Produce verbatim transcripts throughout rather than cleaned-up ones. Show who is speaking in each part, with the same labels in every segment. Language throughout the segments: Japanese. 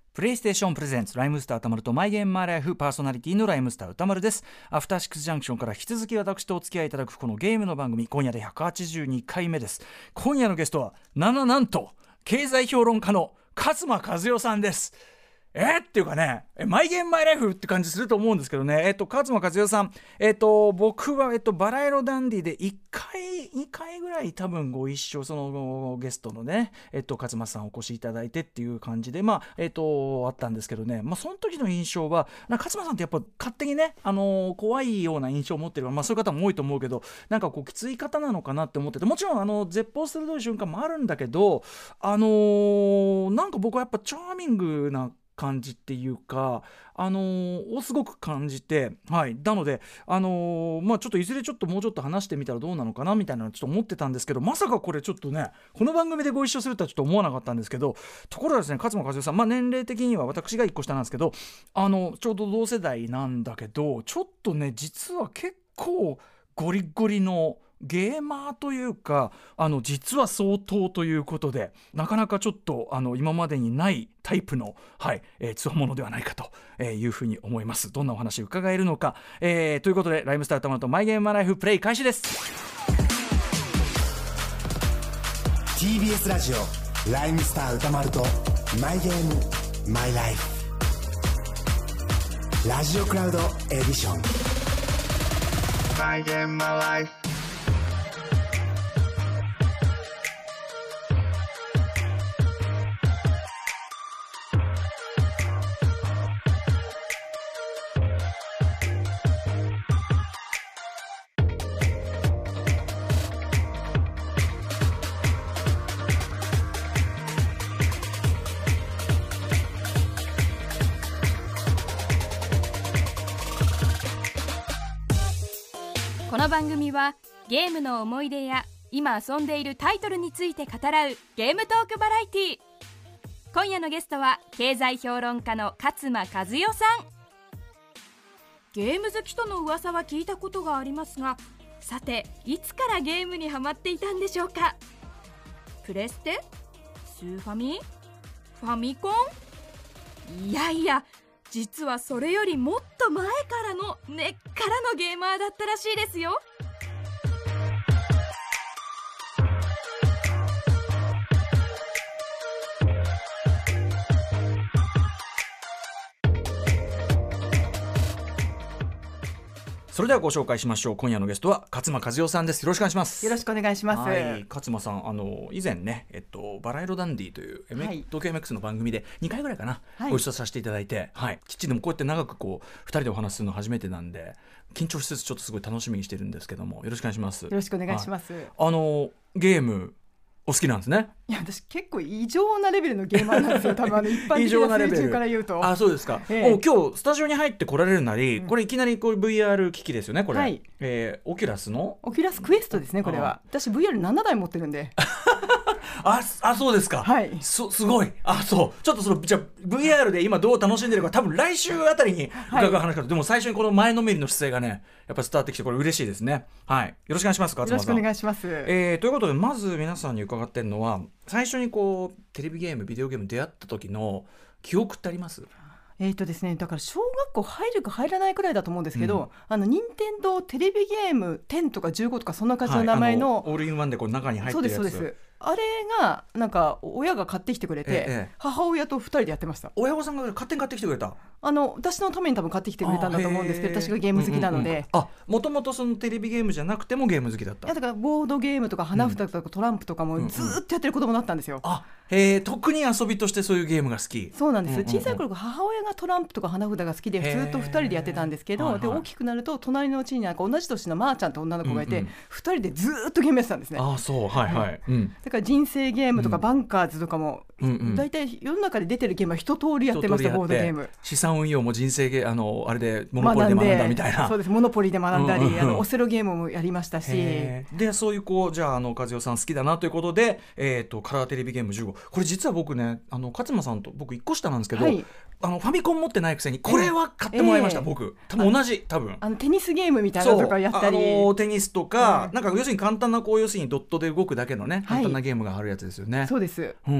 Speaker 1: プレイステーションプレゼンツライムスター歌丸とマイゲームマイライフ、パーソナリティのライムスター歌丸です。アフターシックスジャンクションから引き続き私とお付き合いいただくこのゲームの番組、今夜でひゃくはちじゅうにかいめです。今夜のゲストはなななんと経済評論家の勝間和代さんです。えー、っていうかね、マイゲームマイライフって感じすると思うんですけどね、えっと勝間和代さん、えっと僕は、えっと、バラ色ダンディでいっかいにかいぐらい多分ご一緒、そのゲストのね、えっと勝間さんお越しいただいてっていう感じで、まあえっとあったんですけどね、まあその時の印象はなんか勝間さんってやっぱ勝手にね、あのー、怖いような印象を持ってる、まあそういう方も多いと思うけど、なんかこうきつい方なのかなって思ってて、もちろんあの絶望鋭い瞬間もあるんだけど、あのー、なんか僕はやっぱチャーミングな感じっていうか、あのー、をすごく感じて、はい、なので、あのー、まあちょっといずれちょっともうちょっと話してみたらどうなのかなみたいなのちょっと思ってたんですけど、まさかこれちょっとね、この番組でご一緒するとはちょっと思わなかったんですけど、ところがですね、勝間和代さん、まあ年齢的には私がいっこ下なんですけど、あのちょうど同世代なんだけど、ちょっとね実は結構ゴリゴリのゲーマーというか、あの実は相当ということで、なかなかちょっとあの今までにないタイプの、はいえー、強者ではないかというふうに思います。どんなお話伺えるのか、えー、ということでライムスター歌丸とマイゲームマイライフプレイ開始です。
Speaker 2: ティービーエス ラジオライムスター歌丸とマイゲームマイライフラジオクラウドエディションマイゲームマイライフ。
Speaker 3: この番組はゲームの思い出や今遊んでいるタイトルについて語らうゲームトークバラエティー。今夜のゲストは経済評論家の勝間和代さん。ゲーム好きとの噂は聞いたことがありますが、さていつからゲームにハマっていたんでしょうか。プレステ、スーファミ、ファミコン、いやいや実はそれよりもっと前からの根っからのゲーマーだったらしいですよ。
Speaker 1: それではご紹介しましょう。今夜のゲストは勝間和代さんです。よろしくお願いします。
Speaker 4: よろしくお願いします。
Speaker 1: はい、勝間さん、あの以前ね、えっと、バラ色ダンディという、はい、東京 エムエックス の番組でにかいぐらいかな、はい、ご一緒させていただいて、はい、きっちりでもこうやって長くこうふたりでお話しするの初めてなんで緊張しつつちょっとすごい楽しみにしてるんですけども、よろしくお願いします。よ
Speaker 4: ろしくお願いします。
Speaker 1: はい、あのゲームお好きなんですね。
Speaker 4: いや私結構異常なレベルのゲーマーなんですよ。多分あの一般的な水準から言うと。
Speaker 1: あ、そうですか。ええ、もう今日スタジオに入って来られるなり、うん、これいきなりこう ブイアール 機器ですよねこれ。はい、えー、オキュラスの
Speaker 4: オキュラスクエストですねこれは。私 ブイアールなな 台持ってるんで。
Speaker 1: あ, あそうですか、はい、そすごい。あそうちょっとそのじゃあ ブイアール で今どう楽しんでるか多分来週あたりに伺う話から、はい、でも最初にこの前のめりの姿勢がねやっぱり伝わってきてこれ嬉しいですね。はい、よろしくお願いします。勝間さん
Speaker 4: よろしくお願いします。
Speaker 1: えー、ということでまず皆さんに伺ってるのは、最初にこうテレビゲームビデオゲーム出会った時の記憶ってあります？
Speaker 4: えーとですね、だから小学校入るか入らないくらいだと思うんですけど、うん、あの任天堂テレビゲームじゅうとかじゅうごとかそんな感じの名前の、
Speaker 1: はい、オールインワンでこう中に入ってるやつ。
Speaker 4: そうですそうです。あれがなんか親が買ってきてくれて、ええ、母親とふたりでやってました。
Speaker 1: 親御さんが勝手に買ってきてくれた？
Speaker 4: あの私のために多分買ってきてくれたんだと思うんですけど、私がゲーム好きなので、うんうんうん、
Speaker 1: あもともとそのテレビゲームじゃなくてもゲーム好きだった？
Speaker 4: いやだからボードゲームとか花札とかトランプとかもずっとやってる子供だったんですよ、うんうん、
Speaker 1: あへー、特に遊びとしてそういうゲームが好き？
Speaker 4: そうなんです、うんうんうん、小さい頃母親がトランプとか花札が好きでずっとふたりでやってたんですけど、はいはい、で大きくなると隣のうちになんか同じ年のまーちゃんと女の子がいて、うんうん、ふたりでずっとゲームやってたんですね。
Speaker 1: あそうはいはい、うん、
Speaker 4: だから人生ゲームとかバンカーズとかも、うんうん、だいたい世の中で出てるゲームは一通りやってました。ボードゲーム
Speaker 1: 資産運用も人生ゲーあのあれでモノポリで学んだみたいな。
Speaker 4: そうですモノポリで学んだり、うんうんうん、あのオセロゲームもやりましたし、
Speaker 1: でそういうこうじゃああの和代さん好きだなということで、えー、とカラーテレビゲームじゅうご、これ実は僕ねあの勝間さんと僕いっこ下なんですけど、はい、あのファミコン持ってないくせにこれは買ってもらいました、えー、僕多分同じ多分
Speaker 4: あのテニスゲームみたいなのとかやったり、
Speaker 1: あのテニスとか、うん、なんか要するに簡単なこう要するにドットで動くだけのね簡単なゲームがあるやつですよね、
Speaker 4: はい、そうです、
Speaker 1: うんうん、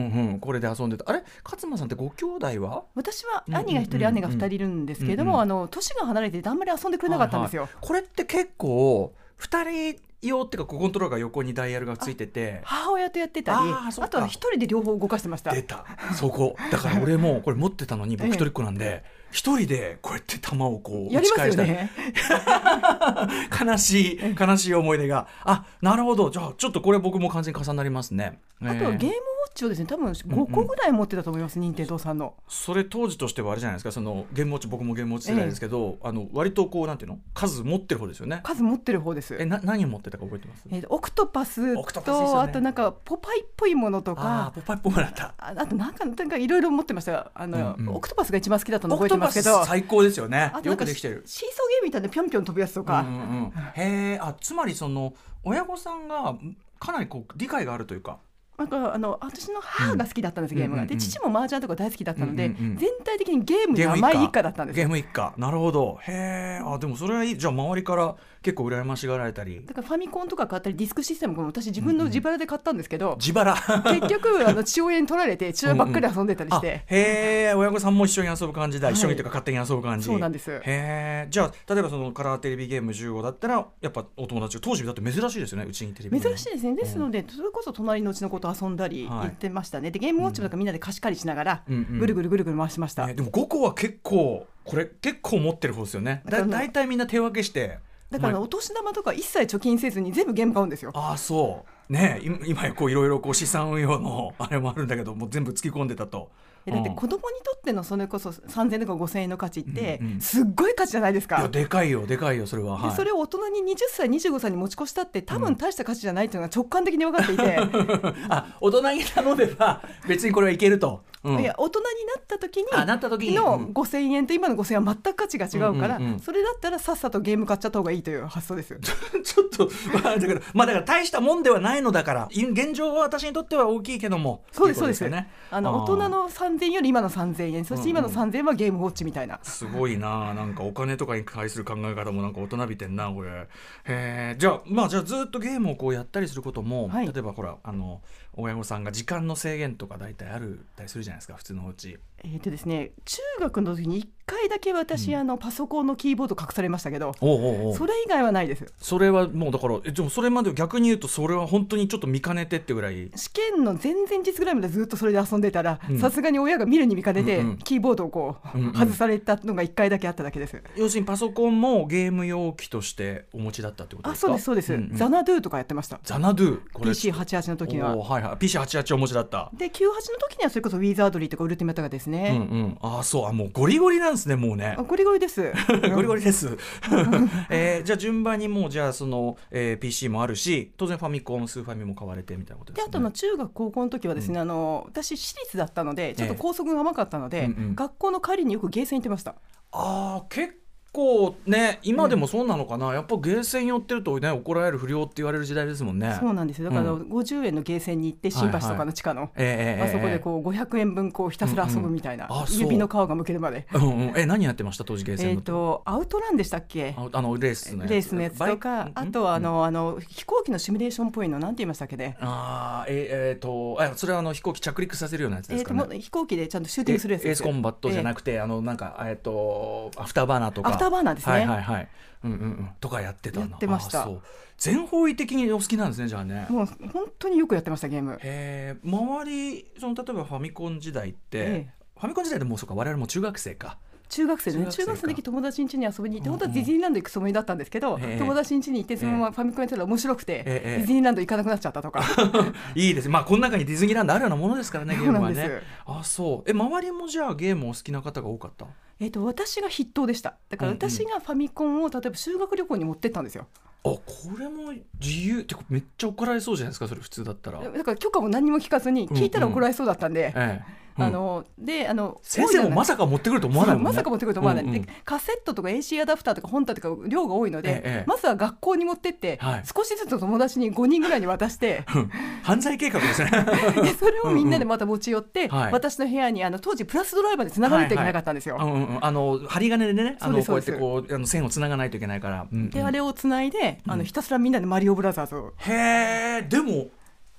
Speaker 1: これで遊んでた。あれ勝間さんってご兄弟は？
Speaker 4: 私は兄がひとり、姉がふたりいるんですけれども、うんうん、あの年が離れててあんまり遊んでくれなかったんですよ、
Speaker 1: はいはい、これって結構ふたり用っていうかコントローラーが横にダイヤルがついてて
Speaker 4: 母親とやってたり あ, あとは一人で両方動かしてました。
Speaker 1: 出たそこだから俺もこれ持ってたのに僕一人っ子なんで一人でこうやって球をこう打ち返したり、ね、悲しい悲しい思い出があなるほどじゃあちょっとこれ僕も完全に重なりますね。
Speaker 4: あとはゲームウォッチをですね多分ごこぐらい持ってたと思います、うんうん、任天堂さんの。
Speaker 1: それ当時としてはあれじゃないですかそのゲームウォッチ僕もゲームウォッチ世代ですけど、えー、あの割とこうなんていうの数持ってる方ですよね。
Speaker 4: 数持ってる方です。
Speaker 1: えな何を持ってたか覚えてます？
Speaker 4: えー、オクトパスと
Speaker 1: オクトパスですよね、
Speaker 4: あとなんかポパイっぽいものとか
Speaker 1: あポパイっぽいものだった
Speaker 4: あ, あとなんかなんかいろいろ持ってましたあの、うんうん、オクトパスが一番好きだったの覚えてますけど
Speaker 1: オクトパス最高ですよね。よくできてる
Speaker 4: シーソーゲームみたいなピョンピョン飛ぶやつとか、うんうんうん、
Speaker 1: へえあつまりその親御さんがかなりこう理解があるというか
Speaker 4: なんかあの私の母が好きだったんです、うん、ゲームがで父も麻雀とか大好きだったので、うんうんうん、全体的にゲームの甘い一家だったんですよ。
Speaker 1: ゲーム一家なるほどへえあでもそれはいいじゃあ周りから結構羨ましがられたり
Speaker 4: だからファミコンとか買ったりディスクシステムも私自分の自腹で買ったんですけど、うんうん、
Speaker 1: 自腹
Speaker 4: 結局あの父親に取られて父親ばっかり遊んでたりして、
Speaker 1: うんうん、へえ親御さんも一緒に遊ぶ感じだ、はい、一緒にとか勝手に遊ぶ感じ。
Speaker 4: そうなんです。
Speaker 1: へえじゃあ例えばそのカラーテレビゲームじゅうごだったらやっぱお友達当時だって珍しいですよねうちにテレビ
Speaker 4: 珍しいですね。ですので、うん、それこそ隣のうちの子と遊んだり言ってましたね、はい、でゲームウォッチとかみんなで貸し借りしながら、うんうん、ぐるぐるぐるぐる回しました、
Speaker 1: ね、でもごこは結構これ結構持ってる方ですよね。だだいたいみんな手分けして
Speaker 4: だからお年玉とか一切貯金せずに全部ゲーム買うんですよ。
Speaker 1: ああそうね今やこういろいろこう資産運用のあれもあるんだけどもう全部突き込んでたと。
Speaker 4: だって子供にとってのそれこそさんぜんえんとかごせんえんの価値ってすっごい価値じゃないですか、
Speaker 1: うんうん、いやでかいよでかいよそれは、
Speaker 4: はい、でそれを大人にはたちにじゅうごさいに持ち越したって多分大した価値じゃないっていうのが直感的に分かっていて、
Speaker 1: うん、あ大人に頼めば別にこれはいけると、
Speaker 4: うん、いや大人になった時になった時のごせんえんと今のごせんえんは全く価値が違うから、うんうんうん、それだったらさっさとゲーム買っちゃった方がいいという発想ですよ
Speaker 1: ちょっと、まあ、だからまあだから大したもんではないのだから現状は私にとっては大きいけども
Speaker 4: そうですそうですよね。あの大人のさんぜんえんより今のさんぜんえんそして今のさんぜんえんはゲームウォッチみたいな、
Speaker 1: うんうん、すごいななんかお金とかに対する考え方もなんか大人びてんなこれ。へじゃあまあじゃあずっとゲームをこうやったりすることも、はい、例えばほらあの親御さんが時間の制限とか大体あるたりするじゃないですか普通のお家。
Speaker 4: えーとですね、中学の時にいっかいだけ私、うん、あのパソコンのキーボード隠されましたけどおうおうおうそれ以外はないです。
Speaker 1: それはもうだからえでもそれまで逆に言うとそれは本当にちょっと見かねてってぐらい
Speaker 4: 試験の前々日ぐらいまでずっとそれで遊んでたらさすがに親が見るに見かねて、うんうん、キーボードをこう、うんうん、外されたのがいっかいだけあっただけです。
Speaker 1: 要するにパソコンもゲーム用機としてお持ちだったってことですか？
Speaker 4: あそうですそうです、うんうん、ザナドゥとかやってました。
Speaker 1: ザナドゥ
Speaker 4: ピーシーはちじゅうはち の時には、
Speaker 1: はいはい、ピーシーはちじゅうはち お持ちだったで
Speaker 4: きゅうじゅうはちの時にはそれこそウィザードリーとかウルティマタがですね、
Speaker 1: うんうん、あそうあもうゴリゴリなんですねもうね。
Speaker 4: ゴリゴリです
Speaker 1: ゴリゴリです、えー、じゃあ順番にもうじゃあその、えー、ピーシー もあるし当然ファミコンスーファミも買われてみたいなことですね。
Speaker 4: であとの中学高校の時はですね、うん、あの私私立だったのでちょっと校則が甘かったので、えーうんうん、学校の帰りによくゲーセン行ってました。
Speaker 1: あ結構ね今でもそうなのかな、うん、やっぱゲーセン寄ってるとね怒られる不良って言われる時代ですもんね。
Speaker 4: そうなんですよ。だからごじゅうえんのゲーセンに行って新橋とかの地下の、はいはいあそこでこうごひゃくえんぶんこうひたすら遊ぶみたいな、うんうん、指の皮がむけるまで、
Speaker 1: うんうん、え何やってました当時ゲーセンの
Speaker 4: えーとアウトランでしたっけ
Speaker 1: あのレースのやつ
Speaker 4: レースのやつとかあとはあの、うん、あの飛行機のシミュレーションっぽいのなんて言いましたっけね
Speaker 1: あええー、とあそれはあの飛行機着陸させるようなやつですかね、
Speaker 4: えー、と飛行機でちゃんとシューティングするやつです。
Speaker 1: エースコンバットじゃなくて、えー、あのなんか、えー、とアフターバーナーとか
Speaker 4: アフターバーナーですね、
Speaker 1: はいはいはいうんうんうん、とかやってたの
Speaker 4: やってました。
Speaker 1: そう全方位的にお好きなんですねじゃあね。
Speaker 4: もう本当によくやってましたゲーム。
Speaker 1: へ周りその例えばファミコン時代って、ええ、ファミコン時代でもうそうか我々も中学生か
Speaker 4: 中学生でね中学生の時友達ん家に遊びに行って、うんうん、本当はディズニーランド行くつもりだったんですけど、ええ、友達ん家に行ってそのままファミコンやったら面白くて、ええ、ディズニーランド行かなくなっちゃったとか
Speaker 1: いいですまあこの中にディズニーランドあるようなものですからねゲームはね。
Speaker 4: そうなんです。
Speaker 1: あそうえ周りもじゃあゲームお好きな方が多かった？
Speaker 4: えー、と私が筆頭でした。だから私がファミコンを例えば修学旅行に持ってったんですよ。
Speaker 1: あこれも自由ってめっちゃ怒られそうじゃないですかそれ普通だったら。
Speaker 4: だから許可も何も聞かずに聞いたら怒られそうだったんで、うんうんええうん、あのであの
Speaker 1: 先生もまさか持ってくると思わないもんね。
Speaker 4: まさか持ってくると思わない、うんうん、でカセットとか エーシー アダプターとか本体とか量が多いので、ええ、まずは学校に持ってって、はい、少しずつ友達にごにんぐらいに渡して
Speaker 1: 犯罪計画ですね
Speaker 4: でそれをみんなでまた持ち寄って、うんうん、私の部屋にあの当時プラスドライバーでつながないといけなかったんですよ、はいはいうんうん、
Speaker 1: あの針金でねあのこうやってこうあの線をつながないといけないから、うんうん、
Speaker 4: であれをつないであのひたすらみんなでマリオブラザーズを、
Speaker 1: うん、へーでも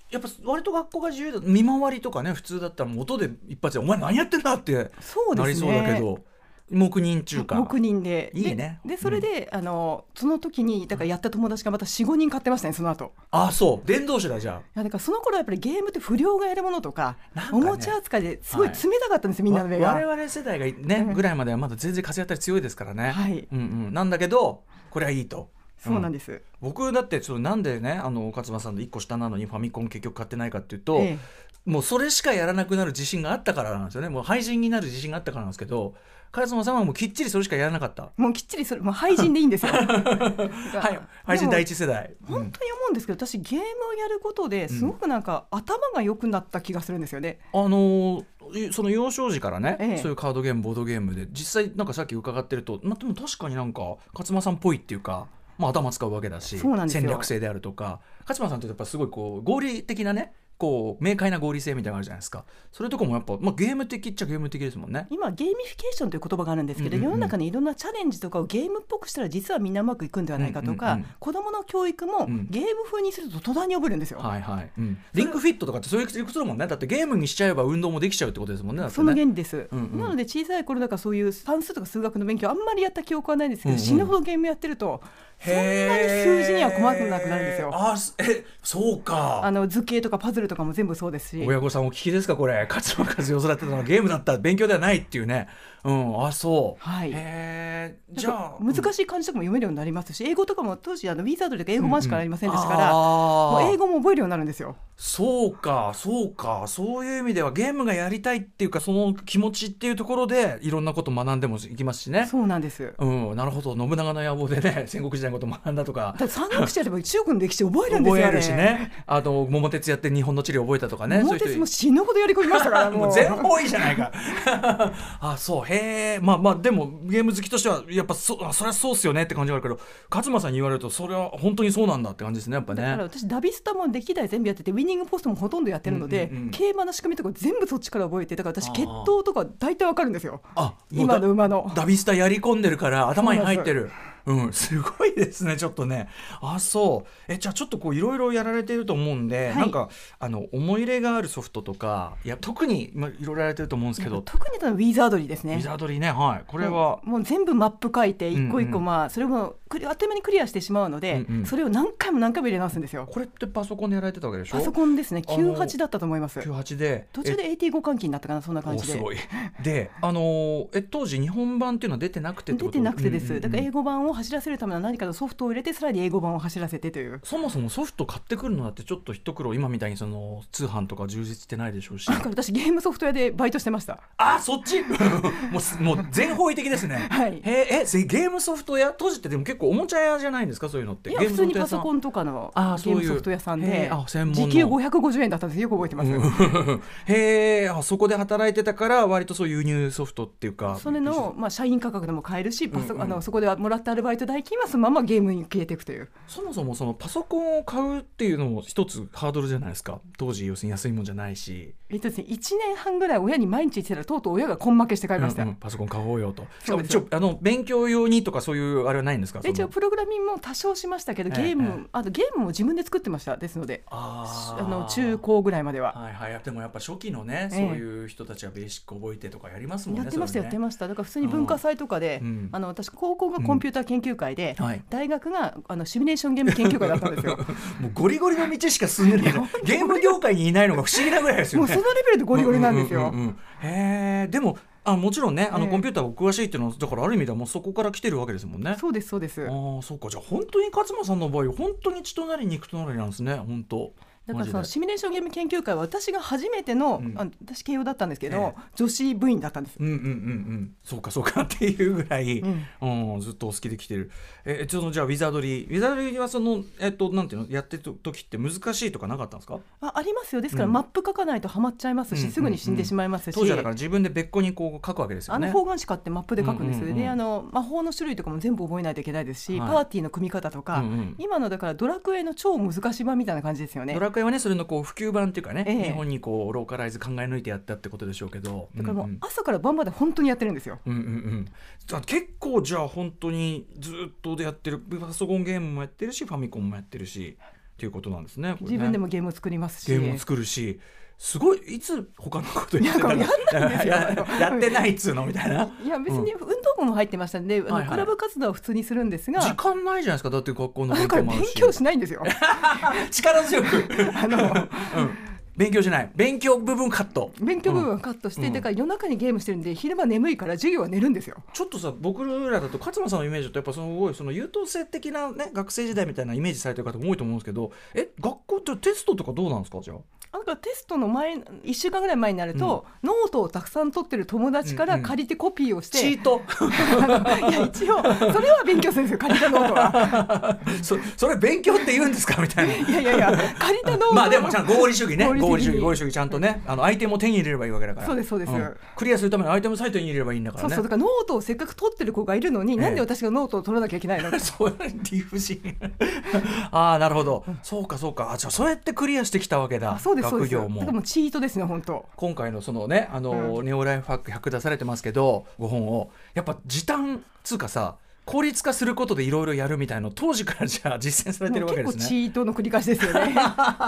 Speaker 1: やっぱ割と学校が自由だ、見回りとかね普通だったらもう音で一発でお前何やってんだってなりそうだけど、黙認中華
Speaker 4: 黙認で
Speaker 1: いいね。
Speaker 4: で, でそれで、うん、あのその時にだからやった友達がまた よん,ご 人買ってましたねその後。
Speaker 1: あそう伝道師だじゃあ。い
Speaker 4: やだからその頃やっぱりゲームって不良がやるものとか、ね、おもちゃ扱いですごい冷たかったんですよ、はい、みんなの目が。
Speaker 1: 我々世代がね、うん、ぐらいまではまだ全然風当たり強いですからね、
Speaker 4: はい
Speaker 1: うんうん、なんだけどこれはいいと。
Speaker 4: そうなんです、うん、
Speaker 1: 僕だってちょっとなんでねあの勝間さんのいっこ下なのにファミコン結局買ってないかっていうと、ええ、もうそれしかやらなくなる自信があったからなんですよね。もう廃人になる自信があったからなんですけど、勝間さんはもうきっちりそれしかやらなかった。
Speaker 4: もうきっちりそれもう廃人でいいんですよ
Speaker 1: はい廃人第一世代。
Speaker 4: 本当に思うんですけど、私ゲームをやることですごくなんか頭が良くなった気がするんですよね、
Speaker 1: うん、あのその幼少時からね、
Speaker 4: ええ、
Speaker 1: そういうカードゲームボードゲームで実際なんかさっき伺ってると、まあ、でも確かになんか勝間さんっぽいっていうか、まあ、頭使うわけだし戦略性であるとか、勝間さんってやっぱすごいこう合理的なねこう明快な合理性みたいなのあるじゃないですか。それとかもやっぱ、まあ、ゲーム的っちゃゲーム的ですもんね。
Speaker 4: 今ゲーミフィケーションという言葉があるんですけど、うんうんうん、世の中にいろんなチャレンジとかをゲームっぽくしたら実はみんなうまくいくんではないかとか、うんうんうん、子どもの教育もゲーム風にすると途端に覚えるんですよ、
Speaker 1: うんはいはいうん、リンクフィットとかってそういう理屈だもんね。だってゲームにしちゃえば運動もできちゃうってことですもんね。だってね
Speaker 4: その原理です、うんうん、なので小さい頃だからそういう算数とか数学の勉強あんまりやった記憶はないんですけど、うんうん、死ぬほどゲームやってるとそんなに数字には困らなくなるんですよ。
Speaker 1: あえそうか。
Speaker 4: あの図形とかパズルとかも全部そうですし。
Speaker 1: 親御さんお聞きですかこれ。勝間和代育てたのはゲームだった勉強ではないっていうね、うん、あそう、
Speaker 4: はい、
Speaker 1: へじゃあ
Speaker 4: 難しい漢字とかも読めるようになりますし、英語とかも当時あのウィザードとか英語版しかありませんでしたから、うんうん、もう英語も覚えるようになるんですよ。
Speaker 1: そうかそうか。そういう意味ではゲームがやりたいっていうかその気持ちっていうところでいろんなこと学んでもいきますしね。
Speaker 4: そうなんです、
Speaker 1: うん、なるほど。信長の野望でね戦国時代のこと学んだとか。
Speaker 4: だって三国志やれば中国の歴史覚えるんですよね。
Speaker 1: 覚えるしね。あと桃鉄やって日本の地理覚えたとかね。
Speaker 4: 桃鉄も死ぬほどやり込みましたから
Speaker 1: もう全方位じゃないかあそうへえまあまあでもゲーム好きとしてはやっぱ そ, そりゃそうっすよねって感じがあるけど、勝間さんに言われるとそれは本当にそうなんだって感じですねやっぱね。
Speaker 4: だから私ダビスタも歴代全部やっててウィニングポストもほとんどやってるので、うんうんうん、競馬の仕組みとか全部そっちから覚えて、だから私血統とか大体わかるんですよ。あ今の馬の
Speaker 1: ダビスタやり込んでるから頭に入ってる。うん、すごいですねちょっとね。あそうえじゃあちょっとこういろいろやられていると思うんで、はい、なんかあの思い入れがあるソフトとかいや特にいろいろやられてると思うんですけど、
Speaker 4: 特にウィザードリーですね。
Speaker 1: ウィザードリーねはいこれは
Speaker 4: もう全部マップ書いて一個一個、まあ、うんうん、それもあっという間にクリアしてしまうので、うんうん、それを何回も何回も入れ直すんですよ。
Speaker 1: これってパソコンでやられてたわけでしょ。
Speaker 4: パソコンですね。きゅうじゅうはちだったと思います。
Speaker 1: きゅうじゅうはちで
Speaker 4: 途中で エーティーファイブ 換気になったかなそんな感じで。
Speaker 1: すごいであのえ当時日本版っていうのは出てなくてってこと。
Speaker 4: 出てなくてです、うんうんうん、だから英語版を走らせるための何かのソフトを入れてさらに英語版を走らせてという。
Speaker 1: そもそもソフト買ってくるのだってちょっと一苦労。今みたいにその通販とか充実してないでしょうし。
Speaker 4: だから私ゲームソフト屋でバイトしてました。
Speaker 1: あそっちもう、もう全方位的ですね、
Speaker 4: はい、
Speaker 1: へえゲームソフト屋当時ってでも結構おもちゃ屋じゃないんですかそういうのって。
Speaker 4: いや普通にパソコンとかのゲームソフト屋さんで
Speaker 1: あ専門の
Speaker 4: 時給ごひゃくごじゅうえんだったんですよく覚えてます、うん、
Speaker 1: へえあそこで働いてたから割とそういう輸入ソフトっていうか
Speaker 4: それの、まあ、社員価格でも買えるしパソ、うんうん、あのそこでもらったアルバイト代金はそのままゲームに消えていくという。
Speaker 1: そもそもそのパソコンを買うっていうのも一つハードルじゃないですか。当時要するに安いもんじゃないし、
Speaker 4: えっとですね、いちねんはんぐらい親に毎日言ってたらとうとう親が根負けして買いました、
Speaker 1: うんうん、パソコン買おうよと。一応あの勉強用にとかそういうあれはないんですか。
Speaker 4: 一応プログラミングも多少しましたけどゲーム、ええ、あとゲームも自分で作ってました。ですのでああの中高ぐらいまでは、
Speaker 1: はいはい、でもやっぱ初期のね、ええ、そういう人たちはベーシック覚えてとかやりますもんね。
Speaker 4: やってました、
Speaker 1: ね、
Speaker 4: やってました。だから普通に文化祭とかで、うん、あの私高校がコンピューター研究会で、うんはい、大学があのシミュレーションゲーム研究会だったんですよ
Speaker 1: もうゴリゴリの道しか進んでないゲーム業界にいないのが不思議なぐらいですよね。
Speaker 4: もうそのレベルでゴリゴリなんですよ、うんうんうんうん、
Speaker 1: へーでもあもちろんねあのコンピューターお詳しいっていうのはだからある意味ではもうそこから来てるわけですもんね。
Speaker 4: そうですそうです。
Speaker 1: あそうかじゃあ本当に勝間さんの場合本当に血となり肉となりなんですね本当。
Speaker 4: だからそのシミュレーションゲーム研究会は私が初めての、うん、あ私慶応だったんですけど、ええ、女子部員だったんです。
Speaker 1: うんうんうんうんそうかそうかっていうぐらい、うんうん、ずっとお好きで来てる。えちょっとじゃあウィザードリーウィザードリーはそのえっとなんていうのやってる時って難しいとかなかったんですか。
Speaker 4: あ, ありますよ。ですから、うん、マップ書かないとハマっちゃいますし、うんうんうん、すぐに死んでしまいますし、
Speaker 1: 当時はだから自分で別個にこう書くわけですよね。
Speaker 4: あの方眼紙買ってマップで書くんです、うんうんうん、であの魔法の種類とかも全部覚えないといけないですし、はい、パーティーの組み方とか、うんうん、今のだからドラクエの超難しい版みたいな感じですよね。
Speaker 1: ドラクエはねそれのこう普及版っていうかね、
Speaker 4: ええ、
Speaker 1: 日本にこうローカライズ考え抜いてやったってことでしょうけど、
Speaker 4: だからもう朝から晩まで本当にやってるんですよ、
Speaker 1: うんうんうん、結構じゃあ本当にずっとでやってるパソコンゲームもやってるしファミコンもやってるしっていうことなんですね。これね
Speaker 4: 自分でもゲームを作りますし
Speaker 1: ゲームを作るし、すごいいつ他のことやってたの
Speaker 4: やんないんですよ
Speaker 1: や, やってないっつうのみたいな。
Speaker 4: いや別に運動部も入ってましたんで、うん、あのクラブ活動は普通にするんですが、
Speaker 1: 時間ないじゃないですか。だって学校の勉
Speaker 4: だから
Speaker 1: 強もあるし
Speaker 4: 勉強しないんですよ
Speaker 1: 力強く
Speaker 4: あの、うん
Speaker 1: 勉強しない、勉強部分カット、
Speaker 4: 勉強部分はカットして、うん、だから夜中にゲームしてるんで昼間眠いから授業は寝るんですよ。
Speaker 1: ちょっとさ僕らだと勝間さんのイメージだとやっぱすごいその優等生的な、ね、学生時代みたいなイメージされてる方も多いと思うんですけど、え学校ってテストとかどうなんですか。じゃあ
Speaker 4: なんかテストの前いっしゅうかんぐらい前になると、うん、ノートをたくさん取ってる友達から借りてコピーをして、
Speaker 1: チート
Speaker 4: いや一応それは勉強するんですよ。借りたノートは
Speaker 1: そ, それ勉強って言うんですかみたいな。
Speaker 4: いやいやいや借りたノート
Speaker 1: まあでもちゃんと合理主義ね、合理主義合理主義ちゃんとね、
Speaker 4: うん、
Speaker 1: あのアイテムを手に入れればいいわけだから。
Speaker 4: そうですそうです、うん、
Speaker 1: クリアするためのアイテムさえ手に入れればいいんだからね。
Speaker 4: そうそう、だからノートをせっかく取ってる子がいるのに、ええ、なんで私がノートを取らなきゃいけないの
Speaker 1: そういう理不尽ああなるほど、うん、そうかそうか。あじゃあそうやってクリアしてきたわけだ。
Speaker 4: そうですそうです。
Speaker 1: 学業も
Speaker 4: でもチートですね本当。
Speaker 1: 今回のそのねあの、うん、ネオライフハックひゃく出されてますけどごほんをやっぱ時短つうかさ効率化することでいろいろやるみたいなの当時からじゃあ実践されてるわけですね。
Speaker 4: 結構チートの繰り返しですよね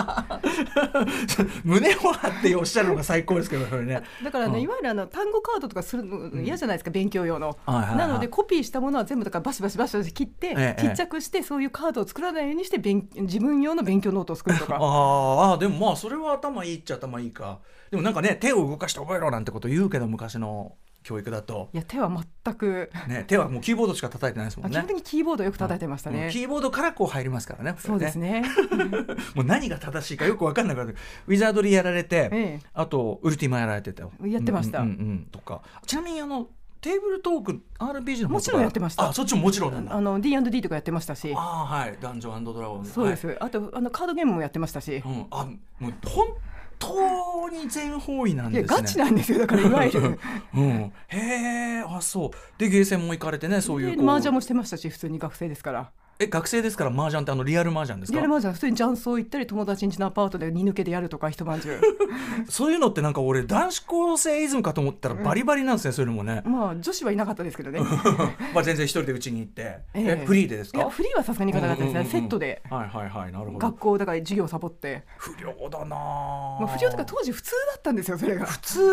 Speaker 1: 胸を張っておっしゃるのが最高ですけどそれ、ね、
Speaker 4: だからね、
Speaker 1: うん、
Speaker 4: いわゆるあの単語カードとかするの嫌じゃないですか、うん、勉強用の、
Speaker 1: はいはいはい、
Speaker 4: なのでコピーしたものは全部だからバシバシバシバシ切って、ええ、ちっちゃくしてそういうカードを作らないようにして勉自分用の勉強ノートを作るとか
Speaker 1: ああでもまあそれは頭いいっちゃ頭いいか。でもなんかね手を動かして覚えろなんてこと言うけど昔の教育だと
Speaker 4: いや手は全く、
Speaker 1: ね、手はもうキーボードしか叩いてないですもんね。
Speaker 4: 基本的にキーボードよく叩いてましたね、
Speaker 1: うん、キーボードからこう入りますからね。
Speaker 4: そうですね
Speaker 1: もう何が正しいかよく分かんなくなってウィザードリーやられて、ええ、あとウルティマやられてたよ。
Speaker 4: やってました、
Speaker 1: うんうんうん、とかちなみにあのテーブルトーク アールピージー の方
Speaker 4: もちろんやってました。
Speaker 1: あそっちももちろんなんだ。
Speaker 4: あの ディーアンドディー とかやってましたし、
Speaker 1: あはいダンジョン&ドラゴン
Speaker 4: そうです、はい、あとあのカードゲームもやってましたし、
Speaker 1: うん、あもう本当に全方位なんですね。
Speaker 4: いやガチなんですよだからいわゆる、
Speaker 1: うん、へえあそうでゲーセンも行かれてねそういう
Speaker 4: 麻雀もしてましたし普通に学生ですから。
Speaker 1: え学生ですから麻雀ってあのリアル麻雀ですか。
Speaker 4: リアル麻雀普通に雀荘行ったり友達ん家のアパートで二抜けでやるとか一晩中
Speaker 1: そういうのってなんか俺男子高生イズムかと思ったらバリバリなんですね、うん、そういうのもね。
Speaker 4: まあ女子はいなかったですけどね
Speaker 1: まあ全然一人でうちに行って、え
Speaker 4: ー、
Speaker 1: えフリーでですか。
Speaker 4: いやフリーはさすがに行かなかったですね、うんうんうん、セットで、
Speaker 1: はいはいはいなるほど。
Speaker 4: 学校だから授業サボって
Speaker 1: 不良だな、
Speaker 4: まあ、不良とか当時普通だったんですよそれが
Speaker 1: 普通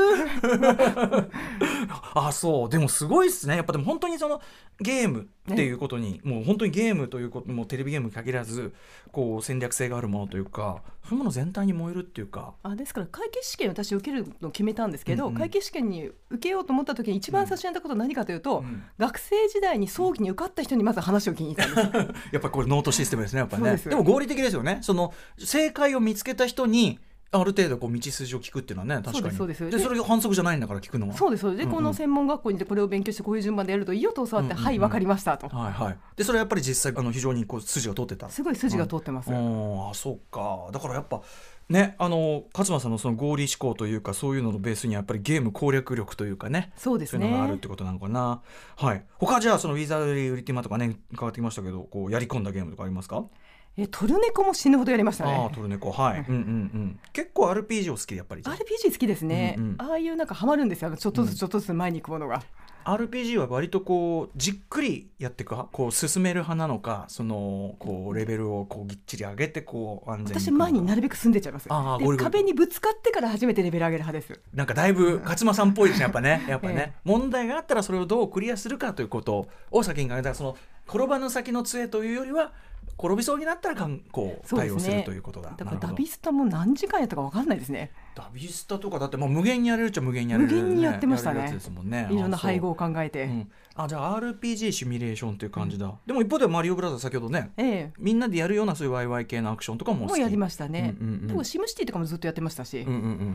Speaker 1: あそうでもすごいっすねやっぱ。でも本当にそのゲームっていうことに、ね、もう本当にゲームということもテレビゲームに限らずこう戦略性があるものというかそういうもの全体に燃えるっていうか。
Speaker 4: あですから会計試験私受けるのを決めたんですけど、うんうん、会計試験に受けようと思った時に一番最初にやったことは何かというと、うん、学生時代に早期に受かった人にまず話を聞きに行ったんです
Speaker 1: やっぱりこれノートシステムですねやっぱりね。
Speaker 4: で,
Speaker 1: でも合理的ですよね。その正解を見つけた人にある程度こう道筋を聞くっていうのはね確かに
Speaker 4: そうですそうです。
Speaker 1: でそれが反則じゃないんだから聞くのは
Speaker 4: そうですそうです。で、うんうん、この専門学校にでこれを勉強してこういう順番でやるといいよと教わって、うんうんうん、はい分かりましたと、
Speaker 1: はいはい、でそれはやっぱり実際あの非常にこう筋が通ってた。
Speaker 4: すごい筋が通ってます、
Speaker 1: うん、あそうか。だからやっぱねあの勝間さんのその合理思考というかそういうののベースにやっぱりゲーム攻略力というかね
Speaker 4: そうですね
Speaker 1: そういうのがあるってことなのかな。はい他じゃあそのウィザードリーウルティマとかね変わってきましたけどこうやり込んだゲームとかありますか。
Speaker 4: えトルネコも死ぬほどやりましたね。
Speaker 1: あトルネコはい、うんうんうん、結構 アールピージー を好きでやっぱり
Speaker 4: アールピージー 好きですね、うんうん、ああいうなんかハマるんですよちょっとずつちょっとずつ前に行くものが、うん、
Speaker 1: アールピージー は割とこうじっくりやっていくかこう進める派なのかそのこうレベルをこうぎっちり上げてこう安全に
Speaker 4: 私前になるべく進んでっちゃいます。
Speaker 1: あ
Speaker 4: で壁にぶつかってから初めてレベル上げる派です。
Speaker 1: なんかだいぶ勝間さんっぽいですねやっぱねやっぱね、ええ、問題があったらそれをどうクリアするかということを先に考えたらその転ばぬ先の杖というよりは転びそうになったらかんこう対応するということだ。
Speaker 4: だからダビスタも何時間やったか分かんないですね。
Speaker 1: ダビスタとかだって、まあ、無限にやれるっちゃ無限にやれる、ね、
Speaker 4: 無限にやってましたね。
Speaker 1: やるやつですもんね。
Speaker 4: いろんな配合を考えて、
Speaker 1: うん、あじゃあ アールピージー シミュレーションという感じだ、うん、でも一方でマリオブラザー先ほどね、ええ、みんなでやるようなそういうワイワイ系のアクションとかも好き
Speaker 4: もうやりましたね、
Speaker 1: うんうんうん、
Speaker 4: でもシムシティとかもずっとやってましたし、
Speaker 1: うんうんうん、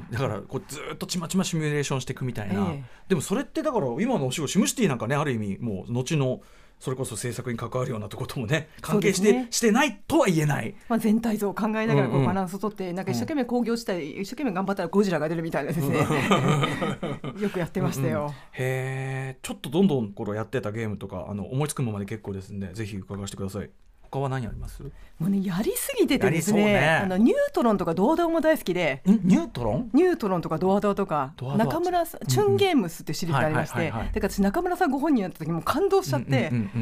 Speaker 1: だからこうずっとちまちまシミュレーションしていくみたいな、
Speaker 4: ええ、
Speaker 1: でもそれってだから今のお仕事シムシティなんかねある意味もう後のそれこそ制作に関わるようなとこともね関係して、ね、してないとは言えない、
Speaker 4: まあ、全体像を考えながらこうバランスをとって、うんうん、なんか一生懸命興行したり、うん、一生懸命頑張ったらゴジラが出るみたいなですねよくやってましたよ、うんうん、
Speaker 1: へえちょっとどんどんこれやってたゲームとかあの思いつくままで結構ですんでぜひ伺わせてください。他は何あります？
Speaker 4: もうねやりすぎててです ね,
Speaker 1: ね
Speaker 4: あのニュートロンとかドアドアも大好きで。
Speaker 1: んニュートロン
Speaker 4: ニュートロンとかドアドアとか
Speaker 1: ドアドア
Speaker 4: 中村さん、うんうん、チュンゲームスってシリーズがありまして、だから私中村さんご本人になった時も感動しちゃって、うんうんうんうん